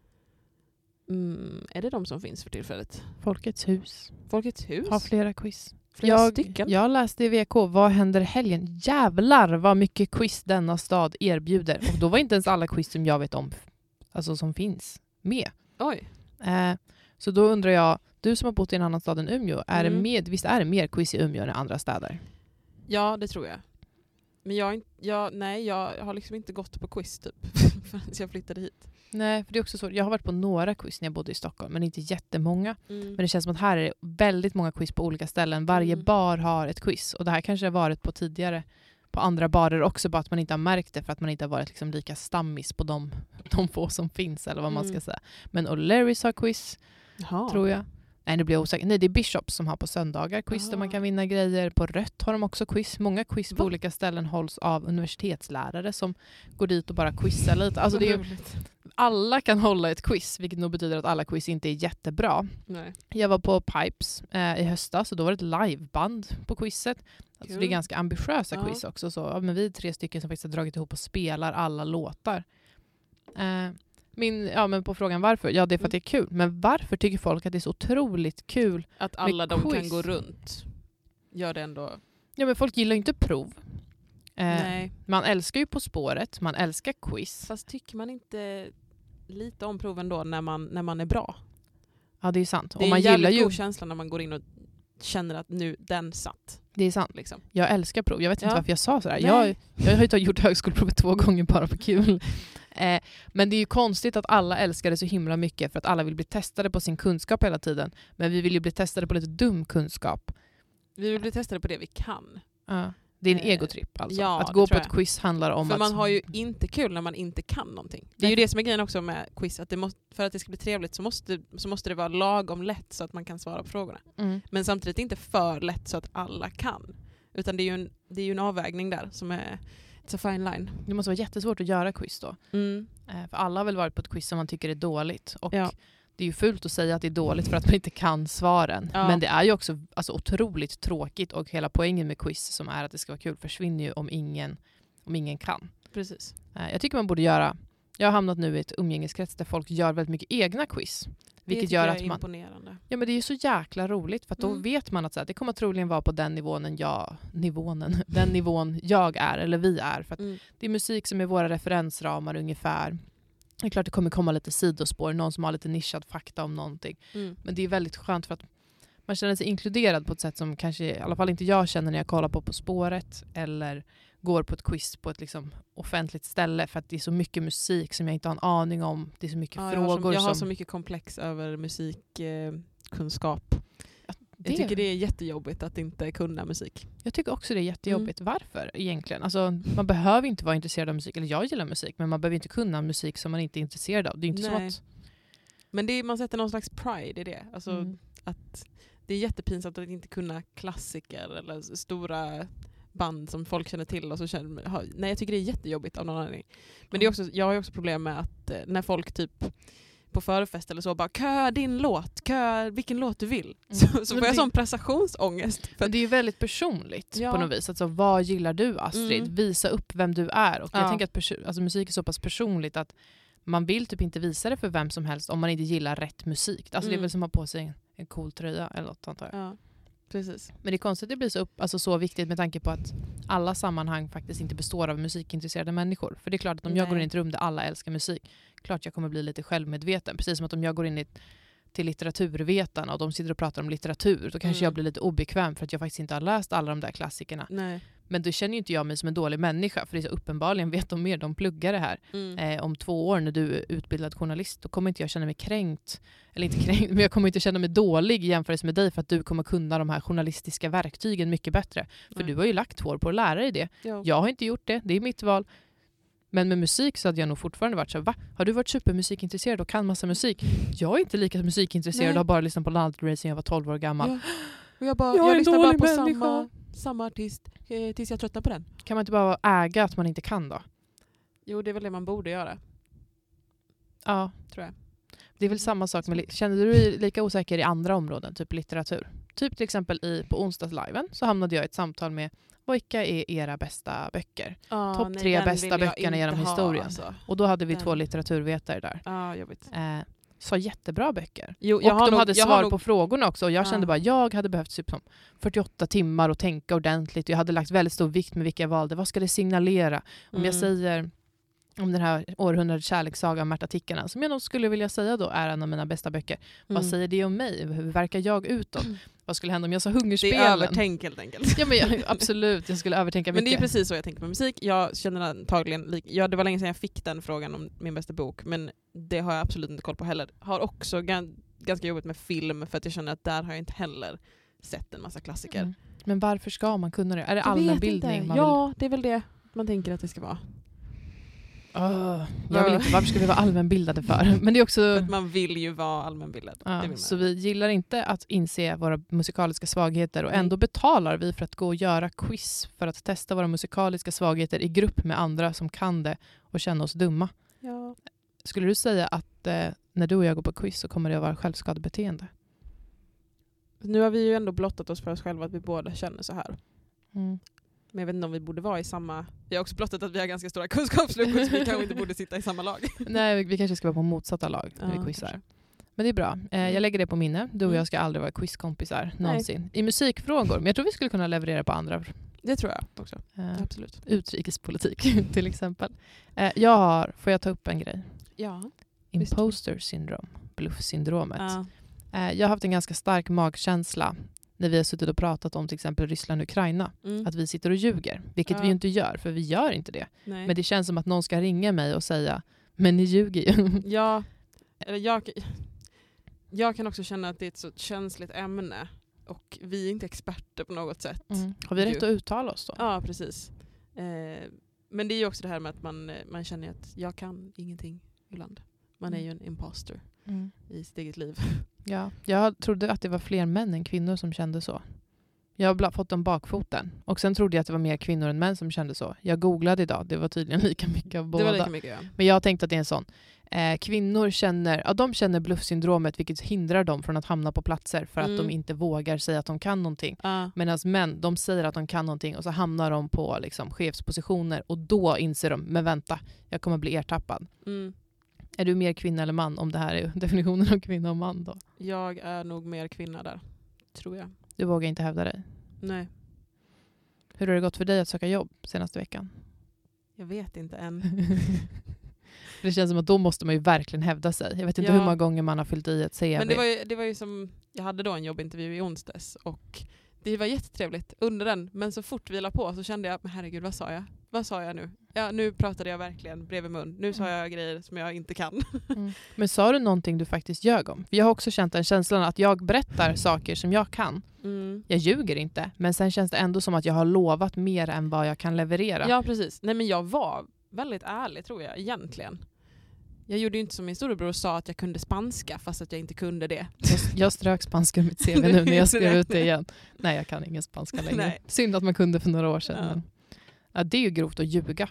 Mm, är det de som finns för tillfället? Folkets hus. Folkets hus? Har flera quiz. Flera jag, stycken? jag läste i V K. Vad händer i helgen? Jävlar vad mycket quiz denna stad erbjuder. Och då var inte ens alla quiz som jag vet om alltså som finns med. Oj. Eh, så då undrar jag, du som har bott i en annan stad än Umeå, är Mm. det med, visst är det mer quiz i Umeå än i andra städer? Ja, det tror jag. Men jag, är inte- jag, nej, jag har liksom inte gått på quiz typ förrän jag flyttade hit. Nej, för det är också så. Jag har varit på några quiz när jag bodde i Stockholm, men inte jättemånga. Mm. Men det känns som att här är det väldigt många quiz på olika ställen. Varje Mm. bar har ett quiz. Och det här kanske har varit på tidigare, på andra barer också, bara att man inte har märkt det för att man inte har varit liksom lika stammis på de, de få som finns, eller vad man Mm. ska säga. Men O'Larrys har quiz, Jaha. tror jag. Nej, nu blir jag osäker. Nej, det är Bishops som har på söndagar quiz där Aha. man kan vinna grejer. På Rött har de också quiz. Många quiz på Va? olika ställen hålls av universitetslärare som går dit och bara quizar lite. Alltså det är, roligt. alla kan hålla ett quiz, vilket nog betyder att alla quiz inte är jättebra. Nej. Jag var på Pipes eh, i höstas och då var det ett liveband på quizet. Alltså Kul. det är ganska ambitiösa Ja. quiz också. Så, ja, men vi är tre stycken som faktiskt har dragit ihop och spelar alla låtar. Eh, min, ja, men på frågan varför? Ja, det är för att det är kul. Men varför tycker folk att det är så otroligt kul? Att alla de kan quiz. gå runt gör det ändå. Ja, men folk gillar ju inte prov. Eh, Nej. man älskar ju På spåret, man älskar quiz. Fast tycker man inte lite om proven då när man, när man är bra? Ja, det är sant. Det Och är man en gillar jävligt ju god känsla när man går in och känner att nu den satt. Det är sant. Liksom. Jag älskar prov. Jag vet inte Ja. varför jag sa sådär. Jag, jag har ju tagit- gjort högskoleprovet två gånger bara på kul. Eh, men det är ju konstigt att alla älskar det så himla mycket för att alla vill bli testade på sin kunskap hela tiden. Men vi vill ju bli testade på lite dum kunskap. Vi vill bli testade på det vi kan. Uh, det är en Eh, egotripp alltså. ja, att det gå tror på ett jag. quiz handlar om För att... man har ju inte kul när man inte kan någonting. Det är ju det som är grejen också med quiz. Att det måste, för att det ska bli trevligt så måste, så måste det vara lagom lätt så att man kan svara på frågorna. Mm. Men samtidigt inte för lätt så att alla kan. Utan det är ju en, det är ju en avvägning där som är it's a fine line. Det måste vara jättesvårt att göra quiz då. Mm. Eh, för alla har väl varit på ett quiz som man tycker är dåligt. Och Ja. det är ju fult att säga att det är dåligt för att man inte kan svaren. Ja. Men det är ju också alltså, otroligt tråkigt och hela poängen med quiz som är att det ska vara kul försvinner ju om ingen, om ingen kan. Precis. Eh, jag tycker man borde göra... Jag har hamnat nu i ett umgängeskrets där folk gör väldigt mycket egna quiz. Vilket det gör jag att är man... imponerande. Ja, men det är ju så jäkla roligt för att då Mm. vet man att så här, det kommer troligen vara på den nivån jag, nivån, den nivån jag är eller vi är. För att Mm. det är musik som är våra referensramar ungefär. Det är klart det kommer komma lite sidospår, någon som har lite nischad fakta om någonting. Mm. Men det är väldigt skönt för att man känner sig inkluderad på ett sätt som kanske i alla fall inte jag känner när jag kollar på På spåret eller går på ett quiz på ett liksom offentligt ställe för att det är så mycket musik som jag inte har en aning om. Det är så mycket Ja, jag har frågor så, jag har som... så mycket komplex över musikkunskap. Eh, Det, jag tycker det är jättejobbigt att inte kunna musik. jag tycker också det är jättejobbigt. Mm. Varför egentligen? Alltså, man behöver inte vara intresserad av musik. Eller jag gillar musik, men man behöver inte kunna musik som man inte är intresserad av. Det är inte som Nej. att... Men det är, man sätter någon slags pride i det. Alltså, Mm. att det är jättepinsamt att inte kunna klassiker eller stora band som folk känner till. Och så känner, ha, nej, jag tycker det är jättejobbigt av någon anledning. Men det är också, jag har ju också problem med att eh, när folk typ på förfest eller så bara kö din låt, kö vilken låt du vill. Mm. Så, så Men får jag det- sån prestationsångest. För Men det är ju väldigt personligt Ja. på något vis. Alltså, vad gillar du, Astrid? Mm. Visa upp vem du är. Och jag Ja. tänker att perso- alltså, musik är så pass personligt att man vill typ inte visa det för vem som helst om man inte gillar rätt musik. Alltså, Det är Mm. väl som att ha på sig en, en cool tröja eller något, antar jag. ja, precis. Men det är konstigt att det blir så, upp, alltså, så viktigt med tanke på att alla sammanhang faktiskt inte består av musikintresserade människor. För det är klart att om jag Nej. går in i ett rum där alla älskar musik, klart jag kommer bli lite självmedveten. Precis som att om jag går in i ett, till litteraturvetarna och de sitter och pratar om litteratur, då kanske Mm. jag blir lite obekväm för att jag faktiskt inte har läst alla de där klassikerna. Nej. Men då känner ju inte jag mig som en dålig människa, för det är så uppenbarligen vet de mer, de pluggar det här. Mm. Eh, om två år när du är utbildad journalist, då kommer inte jag känna mig kränkt, eller inte kränkt, men jag kommer inte känna mig dålig i jämförelse med dig för att du kommer kunna de här journalistiska verktygen mycket bättre. För Nej. du har ju lagt två år på att lära dig det. Ja. Jag har inte gjort det, det är mitt val. Men med musik så hade jag nog fortfarande varit så här, va? Har du varit supermusikintresserad och kan massa musik? Jag är inte lika musikintresserad Nej. och har bara lyssnat på Lantgren sedan jag var tolv år gammal. Ja. Och jag bara, Jag är jag, en lyssnar bara dålig på människa. samma, samma artist eh, tills jag tröttnar på den. Kan man inte bara äga att man inte kan då? Jo, det är väl det man borde göra, Ja. tror jag. Det är väl samma sak med, li- känner du dig lika osäker i andra områden, typ litteratur? Typ till exempel i, på onsdagsliven så hamnade jag i ett samtal med vilka är era bästa böcker? Ah, Topp nej, tre den bästa vill jag böckerna inte genom ha, historien. Alltså. Och då hade vi Den. två litteraturvetare där. Ah, jobbigt. Eh, sa jättebra böcker. Jo, jag och har de nog, hade jag svar har nog, på frågorna också. Och jag Ja. kände bara, jag hade behövt typ som fyrtioåtta timmar och tänka ordentligt. Jag hade lagt väldigt stor vikt med vilka jag valde. Vad ska det signalera? Om jag Mm. säger om den här århundradets kärlekssaga om Märta Tickarna, som jag nog skulle vilja säga då är en av mina bästa böcker. Vad Mm. säger det om mig? Hur verkar jag utåt? Mm. Vad skulle hända om jag sa Det Hungerspelen? är övertänk helt enkelt. Ja, men jag, absolut, jag skulle övertänka Men mycket. det är precis så jag tänker med musik. Jag känner antagligen, lik- ja, det var länge sedan jag fick den frågan om min bästa bok, men det har jag absolut inte koll på heller. Har också gan, ganska jobbigt med film, för att jag känner att där har jag inte heller sett en massa klassiker. Mm. Men varför ska man kunna det? Är det Jag vet allmänbildning inte. man Ja, det är väl det man tänker att det ska vara. vill? Oh, jag vill inte, varför ska vi vara allmänbildade för? Men det är också... För att man vill ju vara allmänbildad. Ja, det vill man. så vi gillar inte att inse våra musikaliska svagheter och Nej. ändå betalar vi för att gå och göra quiz för att testa våra musikaliska svagheter i grupp med andra som kan det och känna oss dumma. Ja. Skulle du säga att eh, när du och jag går på quiz så kommer det att vara självskadebeteende? Nu har vi ju ändå blottat oss för oss själva att vi båda känner så här. Mm. Men jag vet inte om vi borde vara i samma... Vi har också blottat att vi har ganska stora kunskapsluckor, så vi kanske inte borde sitta i samma lag. Nej, vi kanske ska vara på motsatta lag när Ja, vi quizar. kanske. Men det är bra. Eh, jag lägger det på minne. Du och Mm. jag ska aldrig vara quizkompisar någonsin. I musikfrågor. Men jag tror vi skulle kunna leverera på andra. Det tror jag också. Eh, Absolut. utrikespolitik till exempel. Eh, jag har, får jag ta upp en grej? Ja. Imposter syndrom. Bluffsyndromet. Ja. Eh, jag har haft en ganska stark magkänsla när vi har suttit och pratat om till exempel Ryssland och Ukraina. Mm. Att vi sitter och ljuger. Vilket Ja. vi ju inte gör, för vi gör inte det. Nej. Men det känns som att någon ska ringa mig och säga, men ni ljuger ju. Ja, eller jag, jag kan också känna att det är ett så känsligt ämne. Och vi är inte experter på något sätt. Mm. Har vi rätt att uttala oss då? Ja, precis. Eh, men det är ju också det här med att man, man känner att jag kan ingenting ibland. Man är ju en imposter Mm. i sitt eget liv. Ja, jag trodde att det var fler män än kvinnor som kände så. Jag har bla- fått om bakfoten. Och sen trodde jag att det var mer kvinnor än män som kände så. Jag googlade idag. Det var tydligen lika mycket av båda. Det var lika mycket, ja. Men jag tänkte att det är en sån. Eh, kvinnor känner, ja, de känner bluffsyndromet, vilket hindrar dem från att hamna på platser för att Mm. de inte vågar säga att de kan någonting. Ah, Medan män, de säger att de kan någonting och så hamnar de på liksom, chefspositioner och då inser de, men vänta, jag kommer bli ertappad. mm. Är du mer kvinna eller man om det här är definitionen av kvinna och man då? Jag är nog mer kvinna där, tror jag. Du vågar inte hävda dig. Nej, Hur har det gått för dig att söka jobb senaste veckan? jag vet inte än. Det känns som att då måste man ju verkligen hävda sig. Jag vet inte Ja. hur många gånger man har fyllt i ett C V. Men det var, ju, det var ju som, jag hade då en jobbintervju i onsdags och det var jättetrevligt under den. Men så fort vi la på så kände jag, men herregud, vad sa jag? Vad sa jag nu? Ja, nu pratade jag verkligen bredvid mun. Nu sa jag grejer som jag inte kan. Mm. Men sa du någonting du faktiskt ljög om? Jag har också känt den känslan att jag berättar saker som jag kan. Mm. Jag ljuger inte, men sen känns det ändå som att jag har lovat mer än vad jag kan leverera. Ja, precis. Nej, men jag var väldigt ärlig, tror jag, egentligen. Jag gjorde ju inte som min storebror och sa att jag kunde spanska fast att jag inte kunde det. Jag, jag strök spanska i mitt C V nu när jag skrev ut det igen. Nej, jag kan ingen spanska längre. Nej. Synd att man kunde för några år sedan. Ja. Men, ja, det är ju grovt att ljuga.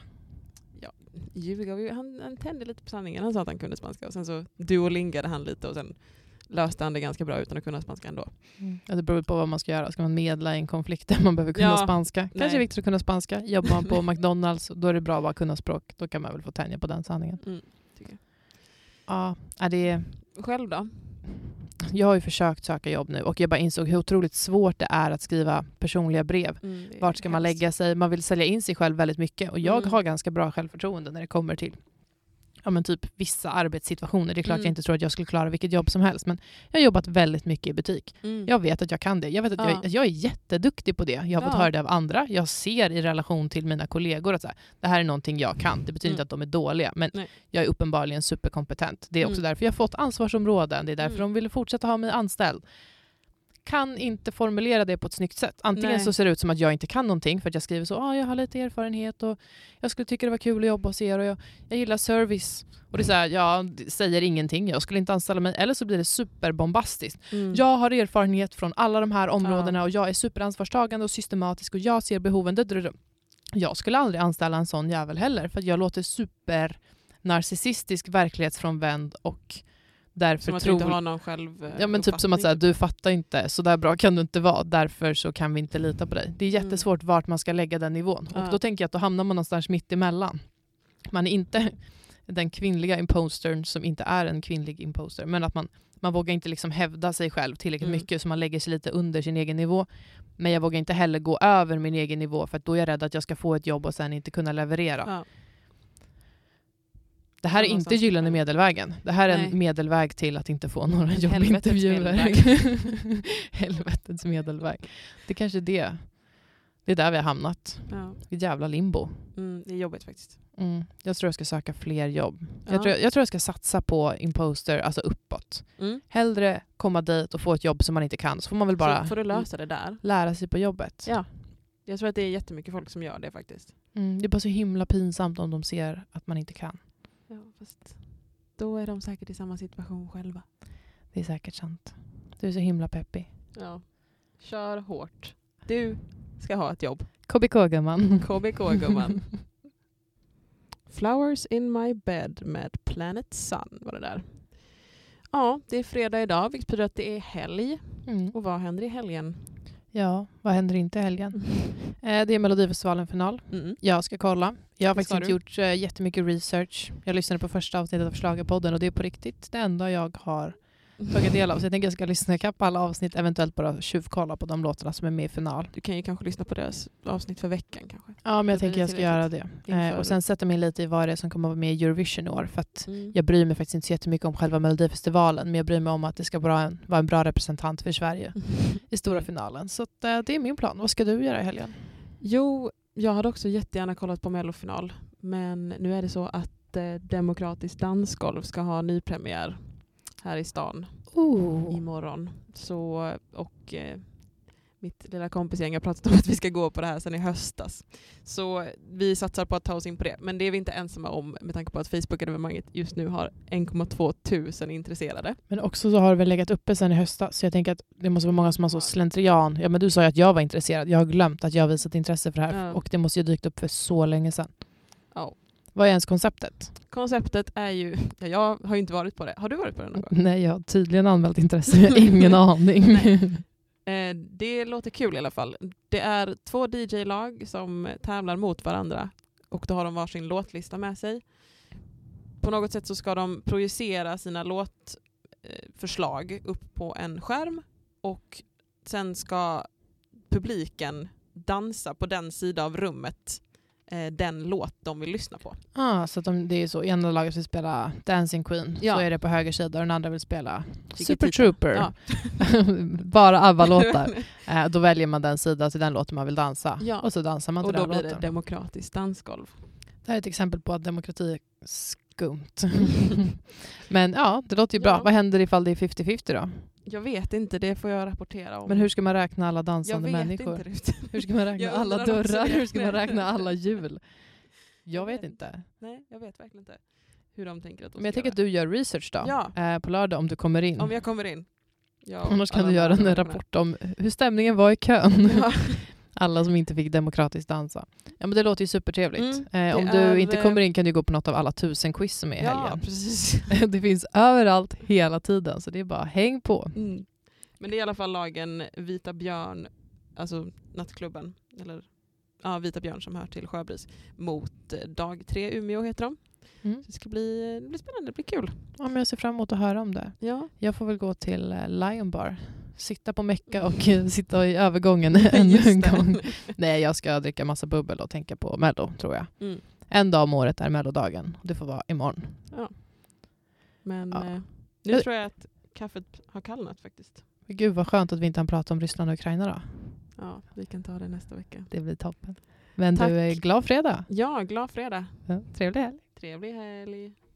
Ljuga, han, han tände lite på sanningen. Han sa att han kunde spanska och sen så duolingade han lite och sen löste han det ganska bra utan att kunna spanska ändå. Mm. Ja, det beror på vad man ska göra. Ska man medla i en konflikt där man behöver kunna Ja, spanska? Kanske nej. är viktigt att kunna spanska. Jobbar man på McDonalds, då är det bra att bara kunna språk. Då kan man väl få tänja på den sanningen. Mm, tycker jag. Ja, är det... Själv då? Jag har ju försökt söka jobb nu och jag bara insåg hur otroligt svårt det är att skriva personliga brev. Mm, det är Vart ska man hemskt. lägga sig? Man vill sälja in sig själv väldigt mycket. Och jag Mm. har ganska bra självförtroende när det kommer till ja, men typ vissa arbetssituationer. Det är klart Mm. jag inte tror att jag skulle klara vilket jobb som helst. Men jag har jobbat väldigt mycket i butik. Mm. Jag vet att jag kan det. Jag vet att Ja. jag, att jag är jätteduktig på det. Jag har fått Ja. höra det av andra. Jag ser i relation till mina kollegor att så här, det här är någonting jag kan. Det betyder Mm. inte att de är dåliga. Men Nej. jag är uppenbarligen superkompetent. Det är också Mm. därför jag har fått ansvarsområden. Det är därför Mm. de vill fortsätta ha mig anställd. Kan inte formulera det på ett snyggt sätt. Antingen Nej. så ser det ut som att jag inte kan någonting för att jag skriver så, ah, jag har lite erfarenhet och jag skulle tycka det var kul att jobba hos er och jag, jag gillar service. Och det är så här, jag säger ingenting, jag skulle inte anställa mig. Eller så blir det superbombastiskt. Mm. Jag har erfarenhet från alla de här områdena och jag är superansvarstagande och systematisk och jag ser behoven. Det, det, det. Jag skulle aldrig anställa en sån jävel heller för att jag låter super narcissistisk, verklighetsfrånvänd och därför Som att du tror... inte har någon själv eh, Ja, men typ som att säga, uppfattning. du fattar inte, så där bra kan du inte vara, därför så kan vi inte lita på dig. Det är jättesvårt vart man ska lägga den nivån. Ja. Och då tänker jag att då hamnar man någonstans mitt emellan. Man är inte den kvinnliga impostern som inte är en kvinnlig imposter, men att man, man vågar inte liksom hävda sig själv tillräckligt Mm. mycket så man lägger sig lite under sin egen nivå. Men jag vågar inte heller gå över min egen nivå för att då är jag rädd att jag ska få ett jobb och sen inte kunna leverera. Ja. Det här är inte Någonstans. gyllene medelvägen. Det här är Nej. en medelväg till att inte få några En jobbintervjuer. helvetets Helvetets medelväg. Det är kanske det. Det är där vi har hamnat. Ja. I ett jävla limbo. Mm, det är jobbigt faktiskt. Mm. Jag tror jag ska söka fler jobb. Ja. Jag, tror, jag tror jag ska satsa på imposter, alltså uppåt. Mm. Hellre komma dit och få ett jobb som man inte kan. Så får man väl bara Så får du lösa det där. lära sig på jobbet. Ja. Jag tror att det är jättemycket folk som gör det faktiskt. Mm. Det är bara så himla pinsamt om de ser att man inte kan. Ja, fast då är de säkert i samma situation själva. Det är säkert sant. Du är så himla peppig. Ja. Kör hårt. Du ska ha ett jobb. K B K-gumman. K B K-gumman. Flowers in my bed med Planet Sun var det där. Ja, det är fredag idag, vilket betyder att det är helg. Mm. Och vad händer i helgen? Ja, vad händer inte i helgen? Eh, det är Melodifestivalen-final. Mm. Jag ska kolla. Jag har Det faktiskt ska inte du. gjort eh, jättemycket research. Jag lyssnade på första avsnittet av Schlagerpodden och det är på riktigt det enda jag har tagit del av. Så jag tänker att jag ska lyssna ikapp på alla avsnitt, eventuellt bara tjuvkolla på de låtarna som är med i final. Du kan ju kanske lyssna på deras avsnitt för veckan kanske. Ja, men jag Det tänker blir jag ska göra det. Eh, och sen sätta mig lite i vad det är som kommer att vara med i Eurovision i år. För att Mm. jag bryr mig faktiskt inte så jättemycket om själva Melodifestivalen. Men jag bryr mig om att det ska vara en, vara en bra representant för Sverige i stora finalen. Så att, eh, det är min plan. Vad ska du göra i helgen? Jo, jag hade också jättegärna kollat på Mellofinal. Men nu är det så att eh, Demokratiskt dansgolv ska ha nypremiär här i stan Oh. imorgon. Så, och eh, mitt lilla kompisgäng har pratat om att vi ska gå på det här sedan i höstas. Så vi satsar på att ta oss in på det. Men det är vi inte ensamma om med tanke på att Facebook-evenemanget just nu har en komma två tusen intresserade. Men också så har det väl legat uppe sen i höstas. Så jag tänker att det måste vara många som har så slentrian. Ja, men du sa ju att jag var intresserad. Jag har glömt att jag har visat intresse för det här. Ja. Och det måste ju dykt upp för så länge sedan. Ja. Vad är ens konceptet? Konceptet är ju... Ja, jag har ju inte varit på det. Har du varit på det någon gång? Nej, jag har tydligen anmält intresse. Jag har ingen aning. Eh, det låter kul i alla fall. Det är två D J-lag som tävlar mot varandra. Och då har de varsin låtlista med sig. På något sätt så ska de projicera sina låtförslag upp på en skärm. Och sen ska publiken dansa på den sida av rummet eh, den låt de vill lyssna på. Ah, så att de, det är så. Ena laget vill spela Dancing Queen. Ja. Så är det på höger sida. Och den andra vill spela Chiquitita. Super Trooper. Ja. Bara ABBA-låtar. Eh, då väljer man den sida till den låten man vill dansa. Ja. Och så dansar man till Och då den blir låten. det demokratiskt dansgolv. Det här är ett exempel på att demokrati är skumt. Men ja, det låter ju bra. Ja. Vad händer ifall det är femtio femtio då? Jag vet inte, det får jag rapportera om. Men hur ska man räkna alla jag dansande vet människor? inte Rut. Hur ska man räkna Jag alla undrar också dörrar? det. Hur ska man räkna alla hjul? Jag Jag vet vet inte. Nej, jag vet verkligen inte hur de tänker att de Men jag ska tänker att göra. du gör research då. Ja. Eh, på lördag om du kommer in. Om jag kommer in. Ja, Annars kan alla du göra andra en människorna. rapport om hur stämningen var i kön. Ja. Alla som inte fick demokratiskt dansa. Ja, men det låter ju supertrevligt. Mm, eh, om det du är, inte kommer in kan du gå på något av alla tusen quiz som är i Ja, helgen. precis. Det finns överallt hela tiden. Så det är bara häng på. Mm. Men det är i alla fall lagen Vita Björn, alltså nattklubben, eller ja, Vita Björn som hör till Sjöbris, mot eh, Dag tre Umeå heter de. Mm. Så det ska bli, det blir spännande, det blir kul. Ja, men jag ser fram emot att höra om det. Ja. Jag får väl gå till eh, Lion Bar. Sitta på Mecka och eh, sitta i övergången ännu Just en det. gång. Nej, jag ska dricka massa bubbel och tänka på Mello, tror jag. Mm. En dag om året är Mellodagen. Det får vara imorgon. Men Ja. eh, nu Jag- tror jag att kaffet har kallnat faktiskt. Men gud vad skönt att vi inte har pratat om Ryssland och Ukraina då. Ja, vi kan ta det nästa vecka. Det blir toppen. Men Tack. du är glad fredag. Ja, glad fredag. Ja, trevlig helg. Trevlig helg.